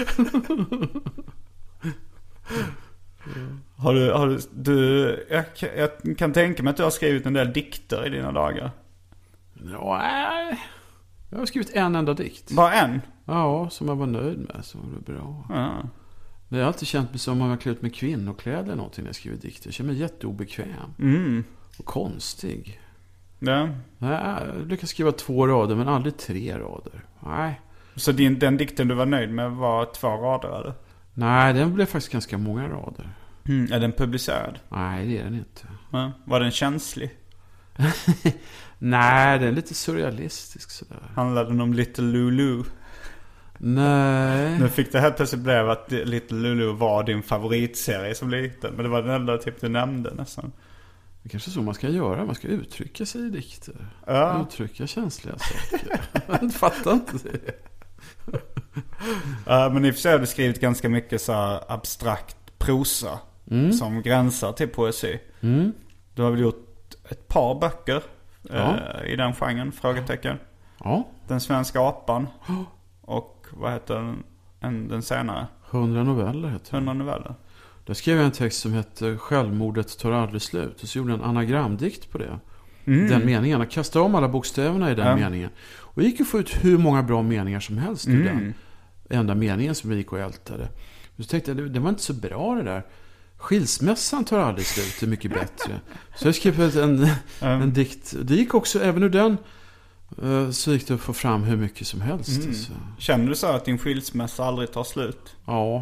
Speaker 4: Jag kan tänka mig att du har skrivit en del dikter i dina dagar.
Speaker 3: Ja, jag har skrivit en enda dikt.
Speaker 4: Bara en?
Speaker 3: Ja, som jag var nöjd med. Så var det bra.
Speaker 4: Ja.
Speaker 3: Men jag har alltid känt mig som om jag klär ut med kvinnokläder eller någonting när jag skriver dikter. Jag känner mig jätteobekväm. Och konstig.
Speaker 4: Ja.
Speaker 3: Jag lyckas skriva 2 rader men aldrig 3 rader. Nej.
Speaker 4: Så den dikten du var nöjd med var 2 rader eller?
Speaker 3: Nej, den blev faktiskt ganska många rader.
Speaker 4: Är den publicerad?
Speaker 3: Nej, det är den inte.
Speaker 4: Ja. Var den känslig?
Speaker 3: Nej, den är lite surrealistisk sådär.
Speaker 4: Handlade den om Little Lulu?
Speaker 3: Nej.
Speaker 4: Nu fick det helt plötsligt blev att Little Lulu var din favoritserie som liten. Men det var den enda typ du nämnde nästan.
Speaker 3: Det är kanske så man ska göra. Man ska uttrycka sig i dikter.
Speaker 4: Ja.
Speaker 3: Uttrycka känsliga saker. Jag fattar inte det.
Speaker 4: Men i och för sig har du skrivit ganska mycket så här abstrakt prosa. Som gränsar till poesi. Du har väl gjort ett par böcker i den genren, frågetecken.
Speaker 3: Ja.
Speaker 4: Den svenska apan. Och vad heter den senare?
Speaker 3: 100 noveller heter den.
Speaker 4: 100 noveller.
Speaker 3: Där skrev jag en text som hette Självmordet tar aldrig slut. Och så gjorde jag en anagramdikt på det. Den meningen. Jag kastade om alla bokstäverna i den meningen. Och gick att få ut hur många bra meningar som helst ur den enda meningen som jag gick och ältade. Så tänkte jag, det var inte så bra det där. Skilsmässan tar aldrig slut, det är mycket bättre. Så jag skrev en dikt. Det gick också, även ur den så gick det att få fram hur mycket som helst. Så.
Speaker 4: Känner du så att din skilsmässa aldrig tar slut?
Speaker 3: Ja.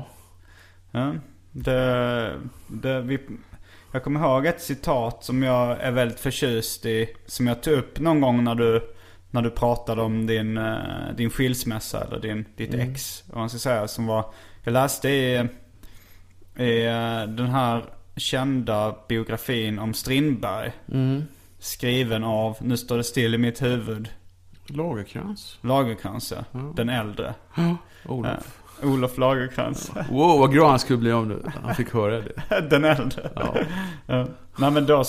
Speaker 4: Jag kommer ihåg ett citat som jag är väldigt förtjust i, som jag tog upp någon gång när du pratade om din skilsmässa eller ditt ex, vad man ska säga, som var, jag läste i den här kända biografin om Strindberg, skriven av, nu står det still i mitt huvud, Lagercrantz, ja. Den äldre. Olof Lagercrantz.
Speaker 3: Wow, vad glad han skulle bli om han fick höra det.
Speaker 4: Den äldre. Ja. Nej, men då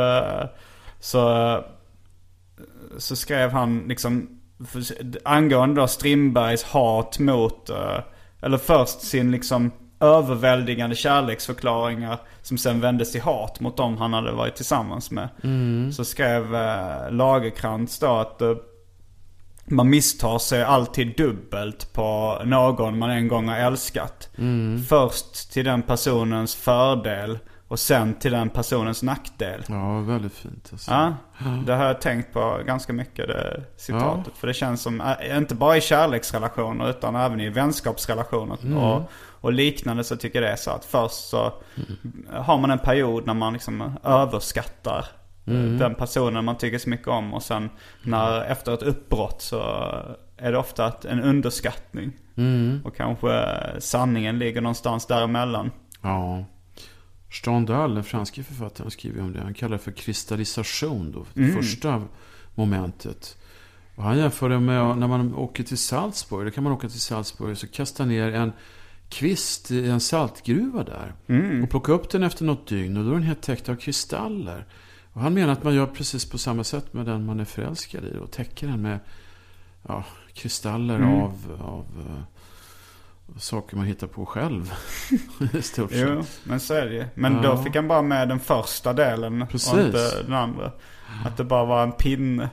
Speaker 4: så skrev han liksom angående då Strindbergs hat mot eller först sin liksom överväldigande kärleksförklaringar som sen vändes till hat mot dem han hade varit tillsammans med. Så skrev Lagercrantz då att man misstar sig alltid dubbelt på någon man en gång har älskat. Först till den personens fördel och sen till den personens nackdel.
Speaker 3: Ja, väldigt fint alltså.
Speaker 4: Ja, det har jag tänkt på ganska mycket, det citatet. Ja. För det känns som, inte bara i kärleksrelationer utan även i vänskapsrelationer och liknande, så tycker jag det är så att först så har man en period när man liksom överskattar den personen man tycker så mycket om, och sen efter ett uppbrott så är det ofta en underskattning. Och kanske sanningen ligger någonstans däremellan.
Speaker 3: Ja. Stendhal, den franska författaren, skriver om det. Han kallar det för kristallisation då, det första momentet. Och han jämför det med när man åker till Salzburg. Då kan man åka till Salzburg och så kasta ner en kvist i en saltgruva där. Och plocka upp den efter något dygn, och då är den helt täckt av kristaller. Och han menar att man gör precis på samma sätt med den man är förälskad i, och täcker den med kristaller av saker man hittar på själv.
Speaker 4: Jo, men så är det. Men då fick han bara med den första delen.
Speaker 3: Precis.
Speaker 4: Och inte den andra. Att det bara var en pinne.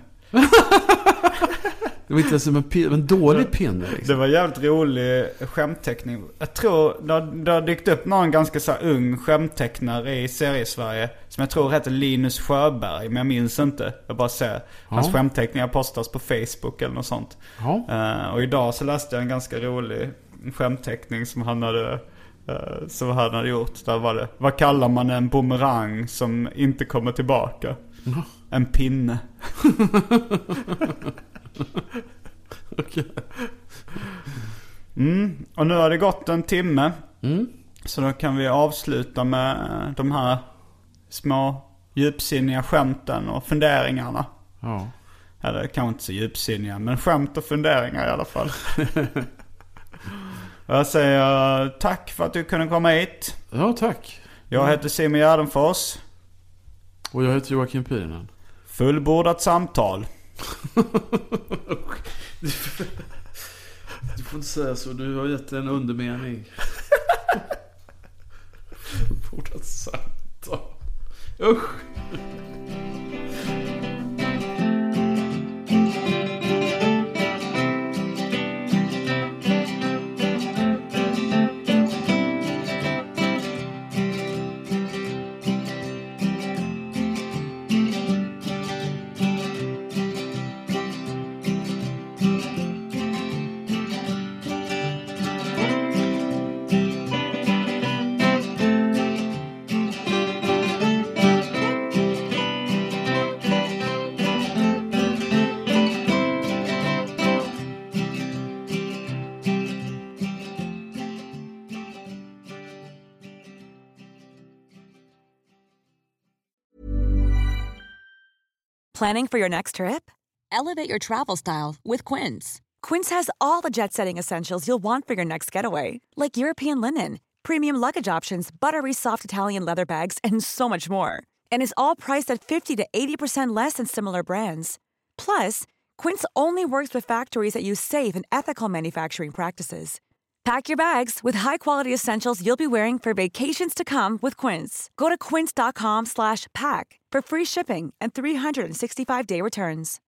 Speaker 3: Det var inte som en dålig pinne liksom.
Speaker 4: Det var jävligt rolig skämtteckning. Jag tror det har dykt upp någon ganska så här ung skämttecknare i Serie-Sverige som jag tror heter Linus Sjöberg, men jag minns inte. Jag bara ser hans skämtteckningar postas på Facebook eller något sånt. Och idag så läste jag en ganska rolig skämtteckning som han hade gjort. Där var det: vad kallar man en bumerang som inte kommer tillbaka? En pinne.
Speaker 3: Okay.
Speaker 4: Och nu har det gått en timme. Så då kan vi avsluta med de här små djupsinniga skämten och funderingarna.
Speaker 3: Ja.
Speaker 4: Eller kanske inte så djupsinniga, men skämt och funderingar i alla fall. Jag säger tack för att du kunde komma hit.
Speaker 3: Ja, tack.
Speaker 4: Jag heter Simon Gärdenfors.
Speaker 3: Och jag heter Joakim Pyrinen.
Speaker 4: Fullbordat samtal.
Speaker 3: Du får inte säga så, du har gett en undermening. Fullbordat samtal. Usch.
Speaker 1: Planning for your next trip?
Speaker 5: Elevate your travel style with Quince.
Speaker 1: Quince has all the jet-setting essentials you'll want for your next getaway, like European linen, premium luggage options, buttery soft Italian leather bags, and so much more. And is all priced at 50 to 80% less than similar brands. Plus, Quince only works with factories that use safe and ethical manufacturing practices. Pack your bags with high-quality essentials you'll be wearing for vacations to come with Quince. Go to quince.com/pack for free shipping and 365-day returns.